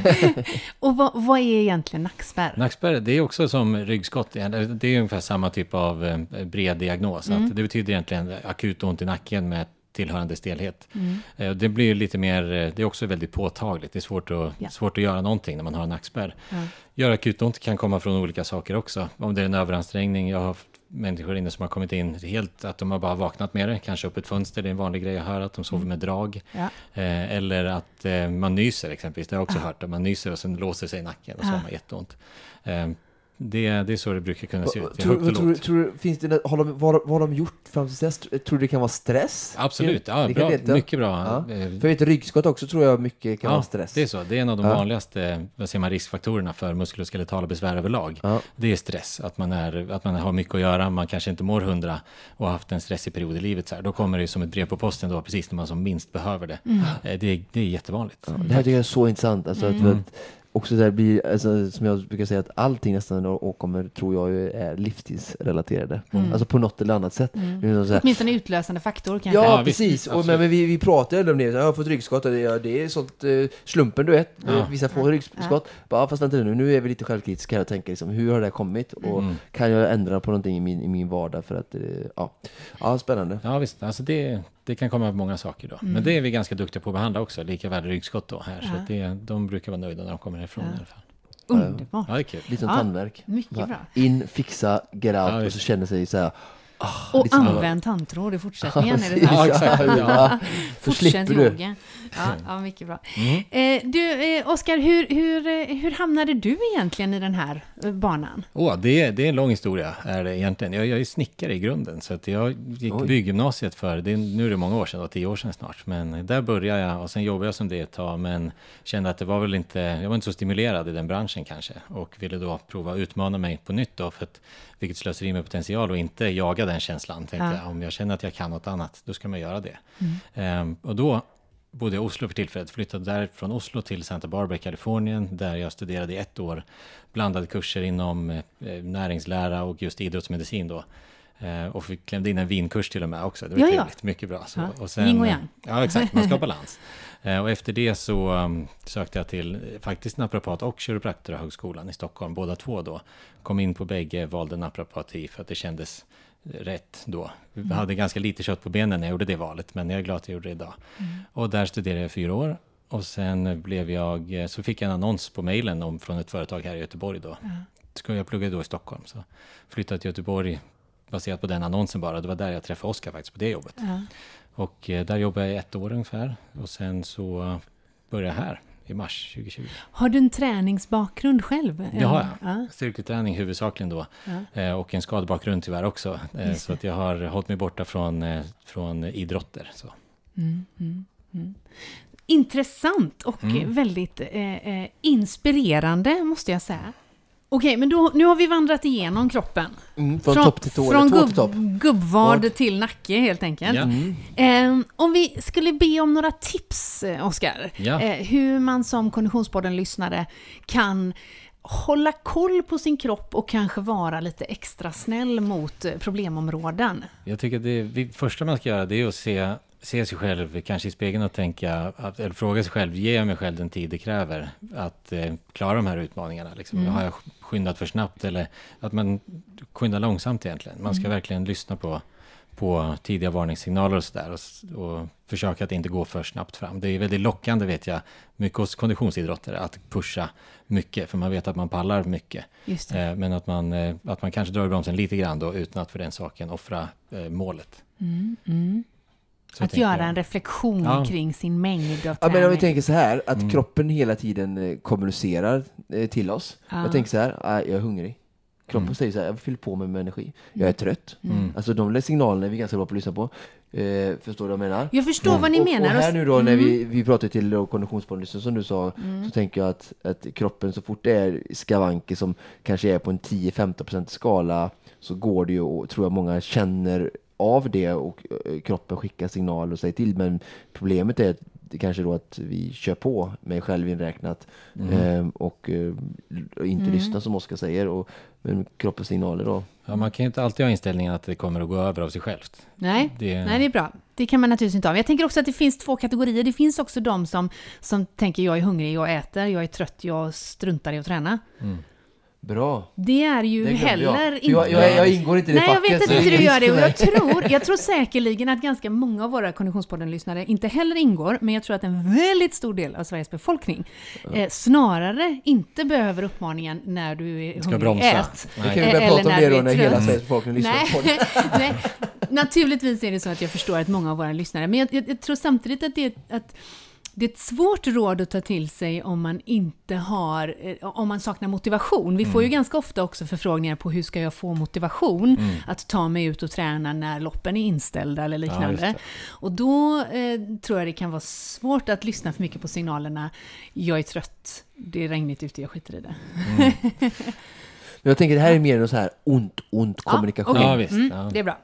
Och vad, vad är egentligen nackspärr? Nackspärr, det är också som ryggskott. Det är ungefär samma typ av eh, bred diagnos. Mm. Att det betyder egentligen akut ont i nacken med tillhörande stelhet. Mm. Det blir lite mer, det är också väldigt påtagligt. Det är svårt att, ja. svårt att göra någonting när man har en nackspärr. Ja. Göra akut ont kan komma från olika saker också. Om det är en överansträngning, jag har haft människor inne som har kommit in helt att de har bara vaknat med det. Kanske upp ett fönster, det är en vanlig grej jag hör, att de sover med drag. Ja. Eh, eller att eh, man nyser exempelvis, det har jag också ja. hört. Att man nyser och sen låser sig i nacken och så ja. har man jätteont. Eh, Det, det är så det brukar kunna se ut. Tror, tror, tror, finns det, har de, vad, vad har de gjort fram till dess? Tror du det kan vara stress? Absolut, ja, bra, mycket bra. Ja. För vet, ryggskott också tror jag mycket kan ja, vara stress. Det är så, det är en av de ja. vanligaste vad säger man, riskfaktorerna för muskuloskeletala besvär överlag. Ja. Det är stress, att man, är, att man har mycket att göra, man kanske inte mår hundra och har haft en stressig period i livet. Så här. Då kommer det som ett brev på posten då, precis när man som minst behöver det. Mm. Det, det är jättevanligt. Ja, det här tycker jag är så intressant. Alltså mm. att, att också där blir, alltså, som jag brukar säga, att allting nästan åkommer tror jag är livstidsrelaterade. Mm. Alltså på något eller annat sätt. Mm. Åtminstone en utlösande faktor kanske. Ja, ja precis. Och, men, men vi, vi pratar ju om det. Jag har fått ryggskott. Och det, det är sånt uh, slumpen, du vet. Ja. Vissa får ja. ryggskott. Ja. Bara, fast inte nu. Nu är vi lite självkritiska och tänker liksom, hur har det kommit? Och mm. kan jag ändra på någonting i min, i min vardag för att, uh, ja. Ja, spännande. Ja, visst. Alltså det Det kan komma av många saker då. Mm. Men det är vi ganska duktiga på att behandla också. Lika väl ryggskott då här. Ja. Så det, de brukar vara nöjda när de kommer härifrån ja. i alla fall. Underbart. Ja, det är kul. Lite som ja, tandvärk. Mycket bra. In, fixa, get out ja, och så känner sig så här. Oh, och använd tandtråd i fortsättningen. Ja, är det ja exakt. Ja. Fortsätt yoga. Ja, ja, mycket bra. Mm. Eh, du, eh, Oskar, hur, hur, hur hamnade du egentligen i den här banan? Oh, det, det är en lång historia är det egentligen. Jag, jag är snickare i grunden. Så att jag gick Oj. bygggymnasiet för, det är, nu är det många år sedan, tio år sedan snart. Men där började jag och sen jobbade jag som det ett tag. Men kände att det var väl inte, jag var inte så stimulerad i den branschen kanske. Och ville då prova att utmana mig på nytt då. För att vilket slöseri med potential och inte jaga den känslan. Tänkte ja. jag, om jag känner att jag kan något annat, då ska man göra det. Mm. Um, och då bodde jag i Oslo för tillfället. Flyttade där från Oslo till Santa Barbara i Kalifornien. Där jag studerade i ett år. Blandade kurser inom eh, näringslära och just idrottsmedicin då. Eh, och fick klämde in en vinkurs till och med också. Det var ja, trevligt. Ja. Mycket bra. Så, ja. och sen, Yin och yang. Ja, exakt. Man ska ha balans. eh, och efter det så um, sökte jag till faktiskt naprapat och kiropraktorhögskolan i Stockholm. Båda två då. Kom in på bägge, valde naprapati för att det kändes rätt då. Vi mm. hade ganska lite kött på benen när jag gjorde det valet, men jag är glad att jag gjorde det idag. Mm. Och där studerade jag fyra år och sen blev jag, så fick jag en annons på mejlen om från ett företag här i Göteborg då. Mm. Ska jag plugga då i Stockholm, så flyttade till Göteborg baserat på den annonsen bara. Det var där jag träffade Oskar faktiskt på det jobbet. Mm. Och eh, där jobbade jag i ett år ungefär och sen så började jag här i mars tjugohundratjugo. Har du en träningsbakgrund själv? Det har jag. Ja. Styrketräning huvudsakligen då. Ja. Eh, och en skadebakgrund tyvärr också. Eh, så att jag har hållit mig borta från, eh, från idrotter. Så. Mm, mm, mm. Intressant och mm. väldigt eh, inspirerande måste jag säga. Okej, men då, nu har vi vandrat igenom kroppen. Mm, från, från topp till tå. Från gubb, till topp. gubbvad Vart? till nacke helt enkelt. Ja. Mm. Eh, om vi skulle be om några tips, Oskar. Ja. Eh, hur man som Konditionspodden-lyssnare kan hålla koll på sin kropp och kanske vara lite extra snäll mot problemområden. Jag tycker att det, det första man ska göra, det är att se, se sig själv kanske i spegeln och tänka, att, eller fråga sig själv, ger jag mig själv den tid det kräver att eh, klara de här utmaningarna? Liksom. Mm. Har jag skyndat för snabbt eller att man skyndar långsamt egentligen? Man ska mm. verkligen lyssna på, på tidiga varningssignaler och sådär och, och försöka att inte gå för snabbt fram. Det är väldigt lockande, vet jag, mycket hos konditionsidrottare att pusha mycket, för man vet att man pallar mycket. Just det. Eh, men att man, eh, att man kanske drar i bromsen lite grann då, utan att för den saken offra eh, målet. Mm, mm. Att göra jag. en reflektion ja. kring sin mängd av ja, men om vi tänker så här, att mm. kroppen hela tiden kommunicerar eh, till oss. Ja. Jag tänker så här, ah, jag är hungrig. Kroppen mm. säger så här, jag fyller på mig med energi. Jag är trött. Mm. Alltså de signalerna är vi ganska bra på att lyssna på. Eh, förstår du vad jag menar? Jag förstår mm. vad ni och, menar. Och här nu då, mm. när vi, vi pratar till konditionspodden som du sa, mm. så tänker jag att, att kroppen, så fort det är skavanker som kanske är på en tio till femton procent skala, så går det ju, och tror jag många känner av det, och eh, kroppen skickar signal och säger till. Men problemet är att det kanske då att vi kör på, mig själv inräknat, mm. eh, och eh, inte mm. lyssna som Oskar säger, och men kroppens signaler då. Ja, man kan ju inte alltid ha inställningen att det kommer att gå över av sig självt. Nej, det... Nej, det är bra. Det kan man naturligtvis inte ha. Jag tänker också att det finns två kategorier. Det finns också de som, som tänker jag är hungrig, jag äter, jag är trött, jag struntar i att träna. Mm. Bra. Det är ju heller jag. inte... Jag, jag, jag ingår inte i det Nej, facket. jag vet inte hur du gör det. Och jag tror, jag tror säkerligen att ganska många av våra Konditionspodden-lyssnare inte heller ingår, men jag tror att en väldigt stor del av Sveriges befolkning eh, snarare inte behöver uppmaningen när du är hungrig, bromsa. ät. Vi kan ju börja prata om det då när hela Sveriges befolkning lyssnar på det. Nej, naturligtvis är det så att jag förstår att många av våra lyssnare, men jag, jag, jag tror samtidigt att det är att det är ett svårt råd att ta till sig om man inte har, om man saknar motivation. Vi mm. får ju ganska ofta också förfrågningar på hur ska jag få motivation mm. att ta mig ut och träna när loppen är inställda eller liknande. Ja, och då eh, tror jag det kan vara svårt att lyssna för mycket på signalerna. Jag är trött, det är regnigt ute, jag skiter i det. Mm. Men jag tänker det här är mer en så här ont, ont ja, kommunikation. Okay. Ja, visst. Mm, ja. Det är bra.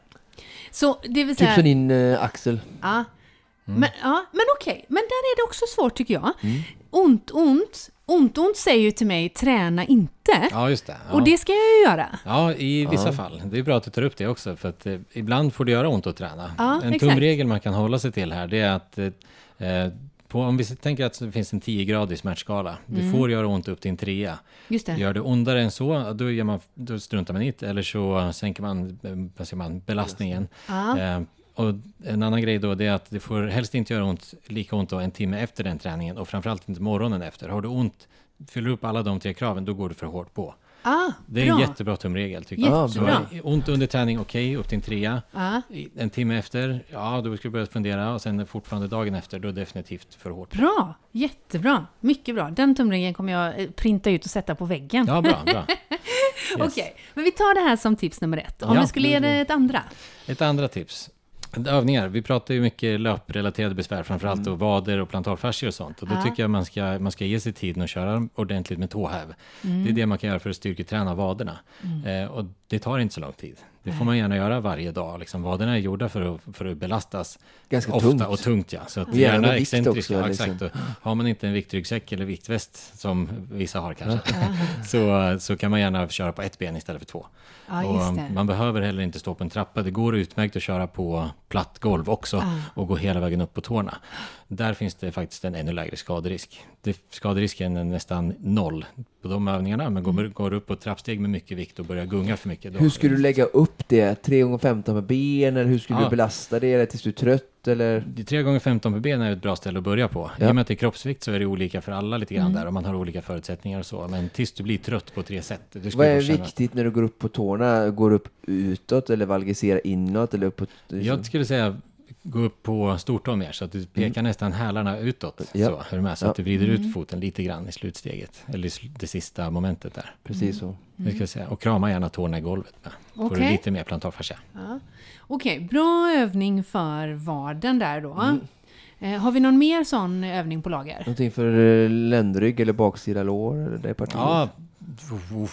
Så det vill säga... Typ som din äh, Axel. Ja. Mm. Men, ja, men okej, men där är det också svårt tycker jag. Mm. Ont, ont, ont, ont säger ju till mig, träna inte. Ja, just det. Ja. Och det ska jag ju göra. Ja, i vissa ja. fall. Det är bra att du tar upp det också, för att eh, ibland får det göra ont att träna. Ja, en exakt. tumregel man kan hålla sig till här, det är att eh, på, om vi tänker att det finns en tio-gradig smärtskala, mm. det får göra ont upp till en trea. Just det. Gör det ondare än så, då, gör man, då struntar man i det, eller så sänker man, vad säger man belastningen. Ja. Eh, Och en annan grej då, det är att det får helst inte göra ont, lika ont då en timme efter den träningen, och framförallt inte morgonen efter. Har du ont, fyller upp alla de tre kraven, då går du för hårt på. Ah, det är bra. en jättebra tumregel tycker jag. Jättebra. Så, ont under träning, okej, okay, upp till en trea. Ah. En timme efter, ja då ska du börja fundera, och sen fortfarande dagen efter, då är det definitivt för hårt. Bra, jättebra, mycket bra. Den tumregeln kommer jag printa ut och sätta på väggen. Ja, bra, bra. Yes. Okej, okay. Men vi tar det här som tips nummer ett. Om ja, du skulle ge det ett andra. Ett andra tips. Övningar. Vi pratar ju mycket löprelaterade besvär, framförallt mm. och vader och plantarfascier och sånt. Och då ja. tycker jag man ska, man ska ge sig tiden och köra ordentligt med tåhäv. Mm. Det är det man kan göra för att styrketräna vaderna. Mm. Eh, och det tar inte så lång tid. Det får man gärna göra varje dag. Liksom, vaderna är gjorda för att, för att belastas ganska ofta tungt. och tungt. Ja. Så att ja. gärna excentriska. Ja, liksom. exakt. Har man inte en viktryggsäck eller viktväst som vissa har kanske, så, så kan man gärna köra på ett ben istället för två. Ja, och man behöver heller inte stå på en trappa. Det går utmärkt att köra på platt golv också ah. och gå hela vägen upp på tårna. Där finns det faktiskt en ännu lägre skaderisk. Det, skaderisken är nästan noll på de övningarna, men går, går upp på ett trappsteg med mycket vikt och börjar gunga för mycket. Då hur skulle du lägga upp det? tre gånger femton med ben, eller hur skulle ja. du belasta det? Eller tills du är trött? Eller? tre gånger femton med ben är ett bra ställe att börja på. Ja. I och med att det är kroppsvikt så är det olika för alla lite grann mm. där, och man har olika förutsättningar och så. Men tills du blir trött på tre sätt. Vad är viktigt när du går upp på tårna? Går upp utåt eller valgiserar inåt? Eller uppåt? Jag skulle säga gå upp på stortå mer, så att du pekar mm. nästan hälarna utåt. Ja. Så, hör du med? Så ja. att du vrider ut foten lite grann i slutsteget. Eller det sista momentet där. Precis så. Mm. Det ska jag säga. Och krama gärna tårna i golvet med. Okay. Får du lite mer plantarfascia. Ja. Okej, okay. Bra övning för vaden där då. Mm. Eh, har vi någon mer sån övning på lager? Någonting för ländrygg eller baksida lår? Eller det partiet? Ja, uff.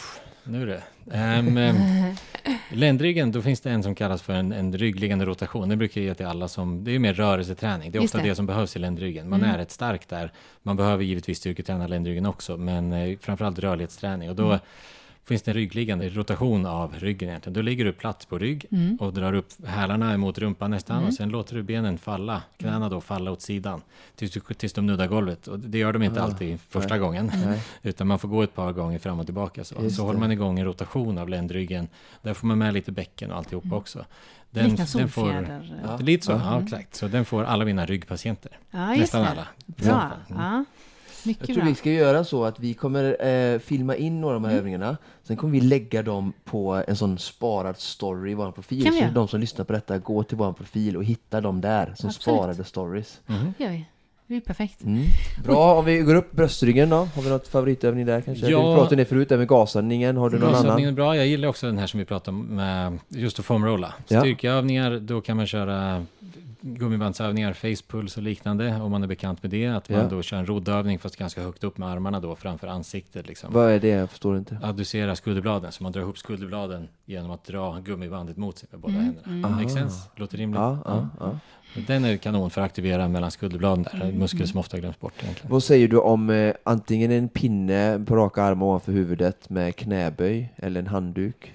nu är det. Um, um, ländryggen, då finns det en som kallas för en, en ryggliggande rotation. Det brukar jag ge till alla som, det är mer rörelseträning. Det är ofta det. det som behövs i ländryggen. Man mm. är rätt stark där. Man behöver givetvis styrketräna ländryggen också, men eh, framförallt rörlighetsträning. Och då mm. finns det en ryggliggande rotation av ryggen egentligen. Då ligger du platt på rygg mm. och drar upp hälarna emot rumpan nästan mm. och sen låter du benen falla, knäna då falla åt sidan tills, du, tills de nuddar golvet. Och det gör de inte ah, alltid första nej. gången nej. utan man får gå ett par gånger fram och tillbaka. Så, så håller man igång en rotation av ländryggen. Där får man med lite bäcken och alltihopa mm. också. Den, Likna den får, ja. Lite så, mm. ja exakt. Så den får alla mina ryggpatienter. Ja, just nästan det. alla. Bra, mm. ja. Mycket jag tror bra. Vi ska göra så att vi kommer eh, filma in några av de här mm. övningarna. Sen kommer vi lägga dem på en sån sparad story i vår profil. Så de som lyssnar på detta går till vår profil och hittar dem där som Absolut. sparade stories. Mm. Gör vi. Det är perfekt. Mm. Bra, om vi går upp bröstryggen då. Har vi något favoritövning där kanske? Ja. Vi pratade ner förut där med gasandningen. Har du någon annan? Gasandningen är bra. Jag gillar också den här som vi pratade om med just att foamrolla. Ja. Styrkeövningar, då kan man köra gummibandsövningar, facepuls och liknande om man är bekant med det. Att man ja. då kör en roddövning fast ganska högt upp med armarna då framför ansiktet. Liksom. Vad är det? Jag förstår inte. Adducera skulderbladen. Så man drar ihop skulderbladen genom att dra gummibandet mot sig med båda mm. händerna. Mm. Makes sense? Låter rimligt? Ja, ja, ja. Den är kanon för att aktivera mellan skulderbladen där. En muskel som ofta glöms bort egentligen. Vad säger du om eh, antingen en pinne på raka armar ovanför huvudet med knäböj eller en handduk?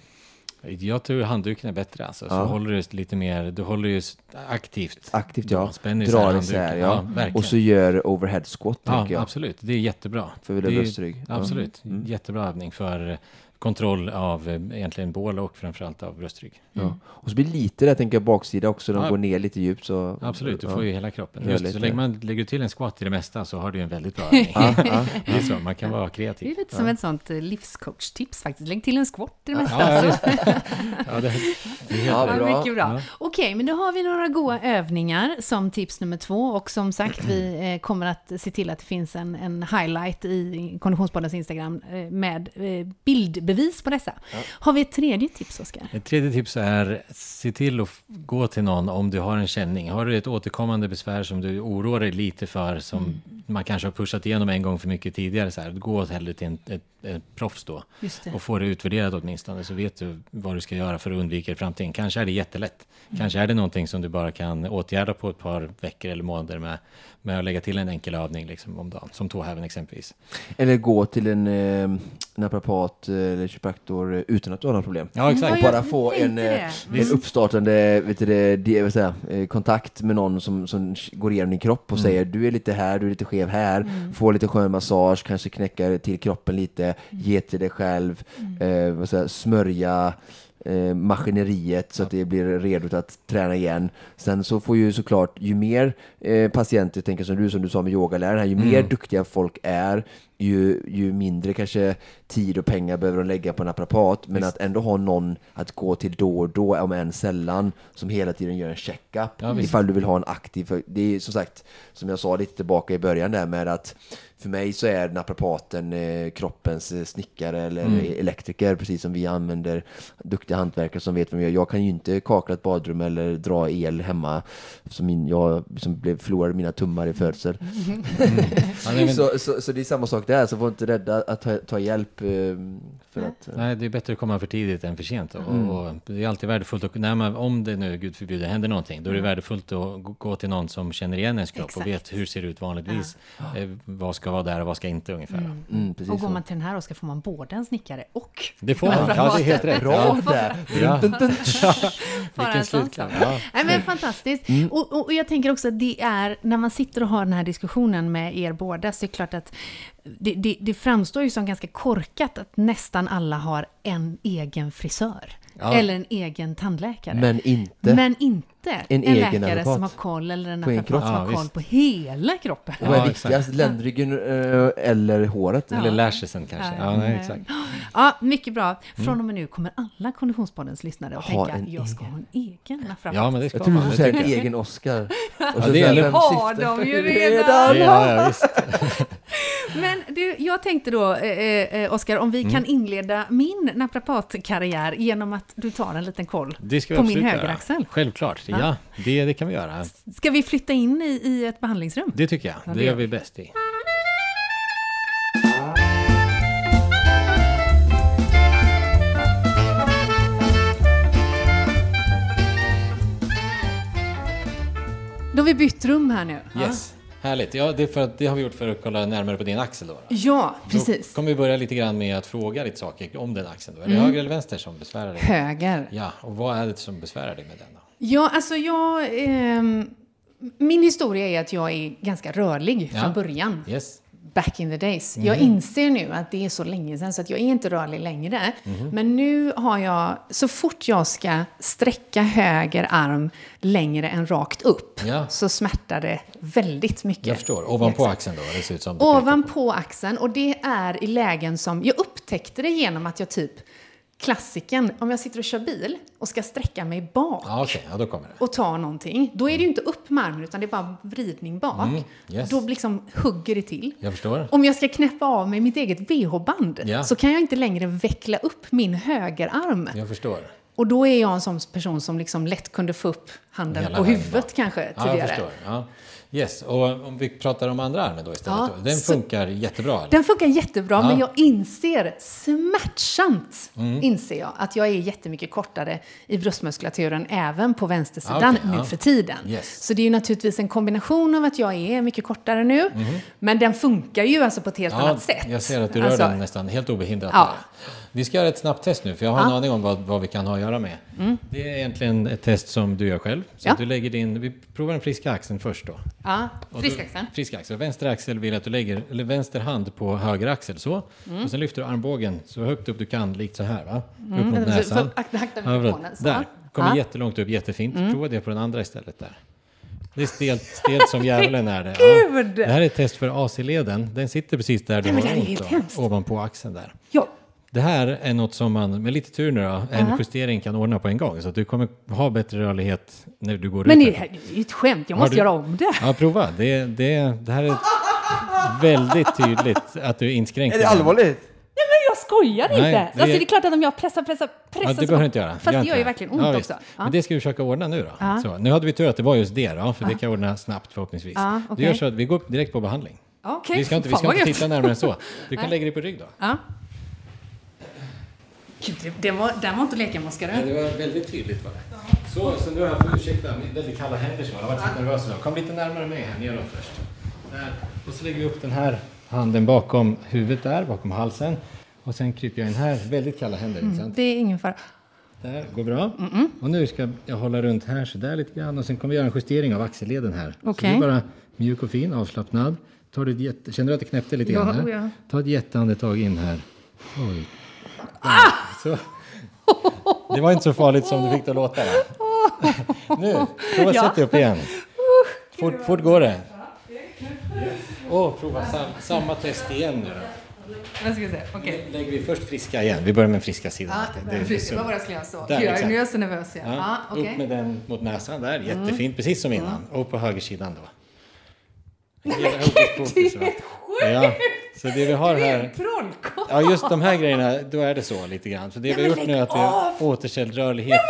Jag tror handduken är bättre alltså. Så ja. håller du lite mer, du håller ju aktivt. Aktivt ja. Spänner drar isär ja. ja och så gör overhead squat ja, tänker jag. Absolut. Det är jättebra. För vi bröstrygg. Absolut. Mm. Jättebra övning för kontroll av egentligen bål och framförallt av bröstrygg. Mm. Ja. Och så blir det lite där tänker jag baksida också. De ja. går ner lite djupt. Så, absolut, du ja. får ju hela kroppen. Just, så lägger man lägger till en squat i det mesta så har du en väldigt bra övning. ja, ja, det är så, man kan vara kreativ. Det är lite som ja. ett sånt livscoach-tips faktiskt. Lägg till en squat i det mesta. Ja, ja, ja, det, det är ja, bra. Mycket bra. Ja. Okej, men då har vi några goda övningar som tips nummer två. Och som sagt, vi kommer att se till att det finns en, en highlight i Konditionspoddens Instagram med bildbevis på dessa. Ja. Har vi ett tredje tips, Oskar? Ett tredje tips är se till att f- gå till någon om du har en känning. Har du ett återkommande besvär som du oroar dig lite för, som mm. man kanske har pushat igenom en gång för mycket tidigare, så här, gå hellre till en, ett, ett proffs då och få det utvärderat åtminstone, så vet du vad du ska göra för att undvika i framtiden. Kanske är det jättelätt. Mm. Kanske är det någonting som du bara kan åtgärda på ett par veckor eller månader med, med att lägga till en enkel övning liksom, om dagen, som tåhäven exempelvis. Eller gå till en eh, naprapat eller kiropraktor utan att du har några problem. Ja, exakt. Och bara få en, en uppstartande vet du, det, vill säga, kontakt med någon som, som går igenom din kropp och mm. säger du är lite här, du är lite skev här, mm. få lite skön massage, kanske knäcka till kroppen lite, mm. ge till dig själv, mm. eh, vad säger, smörja Eh, maskineriet så att det blir redo att träna igen. Sen så får ju såklart, ju mer eh, patienter, tänker som du som du sa med yogaläraren här, ju mm. mer duktiga folk är, ju, ju mindre kanske tid och pengar behöver de lägga på en naprapat, men visst. Att ändå ha någon att gå till då och då, om än sällan, som hela tiden gör en check-up ja, ifall du vill ha en aktiv, för det är som sagt, som jag sa lite tillbaka i början där med att för mig så är naprapaten eh, kroppens eh, snickare eller mm. elektriker, precis som vi använder duktiga hantverkare som vet vad vi gör. Jag kan ju inte kakla ett badrum eller dra el hemma som min, jag som blev förlorade mina tummar i födsel. Mm. Mm. så, så, så det är samma sak där, så var inte rädda att ta, ta hjälp eh, för att... Eh. Nej, det är bättre att komma för tidigt än för sent. Och, mm. och det är alltid värdefullt att, när man, om det nu, Gud förbjuder, händer någonting, då är det värdefullt att gå till någon som känner igen ens kropp. Exakt. Och vet hur ser det ut vanligtvis. Ja. Eh, vad ska vara där och vad ska inte ungefär. Mm. Mm, och går man till den här och ska få man både en snickare och... Det får man, ja, det är helt rätt. Bra där. Ja. Vilken slutkläm. Ja. Nej, men fantastiskt. Mm. Och, och, och jag tänker också att det är, när man sitter och har den här diskussionen med er båda, så är det klart att det, det, det framstår ju som ganska korkat att nästan alla har en egen frisör. Ja. Eller en egen tandläkare. Men inte. Men inte en, en läkare advokat. Som har koll, eller en naprapat som har koll på hela kroppen. Ja, vad är viktigast? Ländryggen äh, eller håret? Ja. Eller lashesen kanske. Ja, nej, exakt. Ja, mycket bra. Från och med nu kommer alla Konditionspoddens lyssnare att ha tänka, jag ska egen. ha en egen naprapat. Ja, men det ska jag tror man. Du säger en egen Oscar. Ja, det är har de ju redan. Ja, ja, visst. Men du, jag tänkte då, eh, Oskar, om vi mm. kan inleda min naprapatkarriär genom att du tar en liten koll på min högeraxel. Göra. Självklart, ja, ja det, det kan vi göra. Ska vi flytta in i, i ett behandlingsrum? Det tycker jag, ja, det, det gör vi bäst i. vi bytt rum här nu. Yes. Härligt. Ja, det, är för att, det har vi gjort för att kolla närmare på din axel då. Ja, precis. Då kommer vi börja lite grann med att fråga lite saker om den axeln då. Är det mm. höger eller vänster som besvärar dig? Höger. Ja, och vad är det som besvärar dig med den då? Ja, alltså jag... Eh, min historia är att jag är ganska rörlig ja. från början. Yes. Back in the days. Mm. Jag inser nu att det är så länge sedan så att jag är inte rörlig längre. Mm. Men nu har jag, så fort jag ska sträcka höger arm längre än rakt upp ja. så smärtar det väldigt mycket. Jag förstår. Ovanpå axeln då? Det ser ut som det Ovanpå axeln. Och det är i lägen som, jag upptäckte det genom att jag typ, klassiken, om jag sitter och kör bil och ska sträcka mig bak ah, okay. ja, då kommer det. och ta någonting, då är det ju inte upp med armen utan det är bara vridning bak. Mm, yes. Då liksom hugger det till. Jag förstår. Om jag ska knäppa av mig mitt eget V H-band ja. så kan jag inte längre veckla upp min högerarm. Jag förstår. Och då är jag en sån person som liksom lätt kunde få upp handen Hela på huvudet bak. Kanske tidigare. Ja, jag förstår. Ja. Yes, och om vi pratar om andra armen då istället. Ja, då. Den så, funkar jättebra. Eller? Den funkar jättebra, ja. Men jag inser smärtsamt mm. inser jag att jag är jättemycket kortare i bröstmuskulaturen även på vänstersidan ah, okay, nu ja. för tiden. Yes. Så det är ju naturligtvis en kombination av att jag är mycket kortare nu, mm. men den funkar ju alltså på ett helt ja, annat sätt. Jag ser att du rör alltså, den nästan helt obehindrat. Ja. Vi ska göra ett snabbt test nu, för jag har en ja. aning om vad, vad vi kan ha att göra med. Mm. Det är egentligen ett test som du gör själv. Så ja. att du lägger din, vi provar den friska axeln först då. Ja, friska axeln. Friska axel. Vänster axel vill att du lägger, eller vänster hand på höger axel så. Mm. Och sen lyfter du armbågen så högt upp du kan, likt så här va? Mm. Upp mot näsan. Mikrofonen, så. Där, kommer ja. jättelångt upp, jättefint. Mm. Prova det på den andra istället där. Det är stelt, stelt som djävulen är det. Ja. Det här är ett test för A C-leden. Den sitter precis där du har ont då, ovanpå axeln där. Ja. Det här är något som man med lite tur nu då, en uh-huh. justering kan ordna på en gång. Så att du kommer ha bättre rörlighet när du går men ut. Men det är ju ett skämt, jag måste du... göra om det. Ja, prova. Det, det, det här är väldigt tydligt att du är inskränkt. Är det allvarligt? Nej, men jag skojar inte. Nej, det, är... Alltså, det är klart att om jag pressar, pressar, pressar. Ja, det behöver du inte göra. Fast det gör ju verkligen ont ja, också. Ja. Men det ska vi försöka ordna nu då. Ja. Så, nu hade vi tur att det var just det då, för ja. det kan jag ordna snabbt förhoppningsvis. Ja, okay. Det gör så att vi går direkt på behandling. Okay. Vi ska inte, vi ska inte titta närmare än så. Du kan lägga dig på rygg då. Ja. Gud, det var, den var inte leka maskare. Ja, det var väldigt tydligt var det. Så, så nu har jag för ursäkta väldigt kalla händer så jag har varit lite nervös idag. Kom lite närmare mig här neråt först. Där. Och så lägger vi upp den här handen bakom huvudet där, bakom halsen. Och sen kryper jag in här, väldigt kalla händer. Mm, sant? Det är ingen fara. Där, går bra. Mm-mm. Och nu ska jag hålla runt här så där lite grann. Och sen kommer vi göra en justering av axelleden här. Okay. Så du är bara mjuk och fin, avslappnad. Tar du ett jätte, känner du att det knäppte lite grann här? Ja, ja. Ta ett jätteandetag in här. Oj. Ah! Så. Det var inte så farligt som du fick det att låta. Nu, prova ja. sätt dig upp igen. Fort, fort går det. Och prova sam, samma test igen nu då. Jag ska se. Okay. Lägger vi först friska igen. Vi börjar med den friska sidan. Ja, det, det vad var det jag skulle göra så? Där, Gud, nu är jag så nervös. Ja. Ja, Ja, okay. Upp med den mot näsan där. Jättefint, mm. precis som innan. Mm. Och på högersidan då. Nej, det är helt sjukt! Ja, så det vi har här... trollkarl! Ja, just de här grejerna, då är det så lite grann. Så det vi har gjort nu är att vi har återställt rörlighet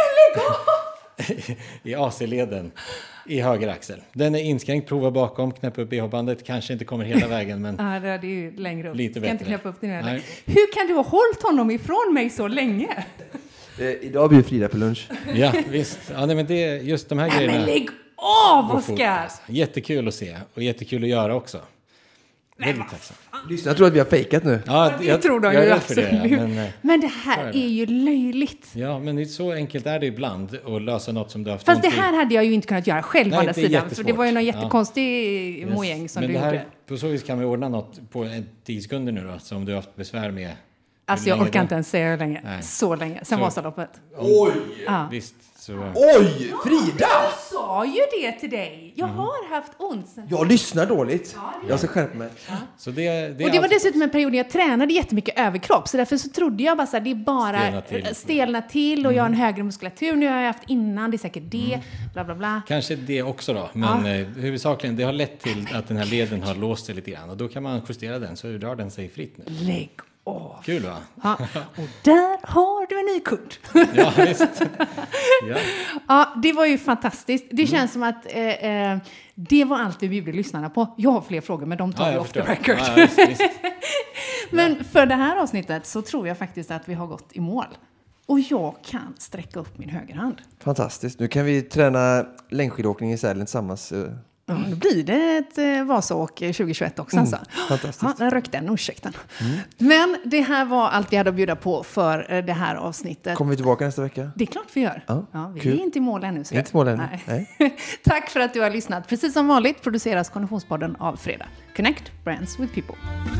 i A C-leden i höger axel. Den är inskränkt, prova bakom, knäppa upp B H-bandet. Kanske inte kommer hela vägen, men... Ja, det är ju längre upp. Lite Ska bättre. Inte knäppa upp den här. Hur kan du ha hållit honom ifrån mig så länge? Eh, idag blir Frida på lunch. Ja, visst. Ja, nej, men det är just de här nej, grejerna... Men lägg av, Oskar! Jättekul att se och jättekul att göra också. Väldigt tacksam. Lyssna, jag tror att vi har fejkat nu. Ja, det jag tror de jag ju är absolut. Det, men, men det här är, det. är ju löjligt. Ja, men så enkelt är det ibland att lösa något som du har haft. Fast det här hade jag ju inte kunnat göra själv. Nej, å andra sidan. För det var ju någon jättekonstig ja. mojäng som men du det här, gjorde. På så vis kan vi ordna något på en tidskunder nu då, som du har haft besvär med. Alltså jag orkar inte ens säga hur länge. Nej. Så länge. Sen Vasaloppet. Oj! Ja. Visst. Så. Oj, Frida! Jag sa ju det till dig. Jag mm. har haft ont sen. Jag lyssnar dåligt. Ja, jag ska skärpa mig. Ja. Så det, det och det var allt... dessutom en period när jag tränade jättemycket överkropp. Så därför så trodde jag bara så här, det är bara stelna till, stelna till och mm. jag har en högre muskulatur. Nu har jag haft innan, det är säkert det. Mm. Bla, bla, bla. Kanske det också då. Men ja. eh, huvudsakligen, det har lett till att den här leden har låst sig lite grann. Och då kan man justera den så rör den sig fritt nu. Lägg av. Kul va? Ja. Och där har du en ny kund. Ja, visst. Ja. Ja, det var ju fantastiskt. Det känns mm. som att eh, eh, det var allt vi bjuder lyssnarna på. Jag har fler frågor, men de tar vi ja, off the record. Ja, visst, visst. Men ja. för det här avsnittet så tror jag faktiskt att vi har gått i mål. Och jag kan sträcka upp min högerhand. Fantastiskt. Nu kan vi träna längdskidåkning i Sälen tillsammans. Ja, då blir det ett eh, Vasaåk tjugohundratjugoett också. Mm, alltså. Fantastiskt. Ja, den rökte den, ursäkta. Mm. Men det här var allt vi hade att bjuda på för eh, det här avsnittet. Kommer vi tillbaka nästa vecka? Det är klart vi gör. Ja, ja, vi kul. är inte i mål ännu. Så inte i mål ännu. Nej. Nej. Tack för att du har lyssnat. Precis som vanligt produceras Konditionspodden av Fredag. Connect Brands with People.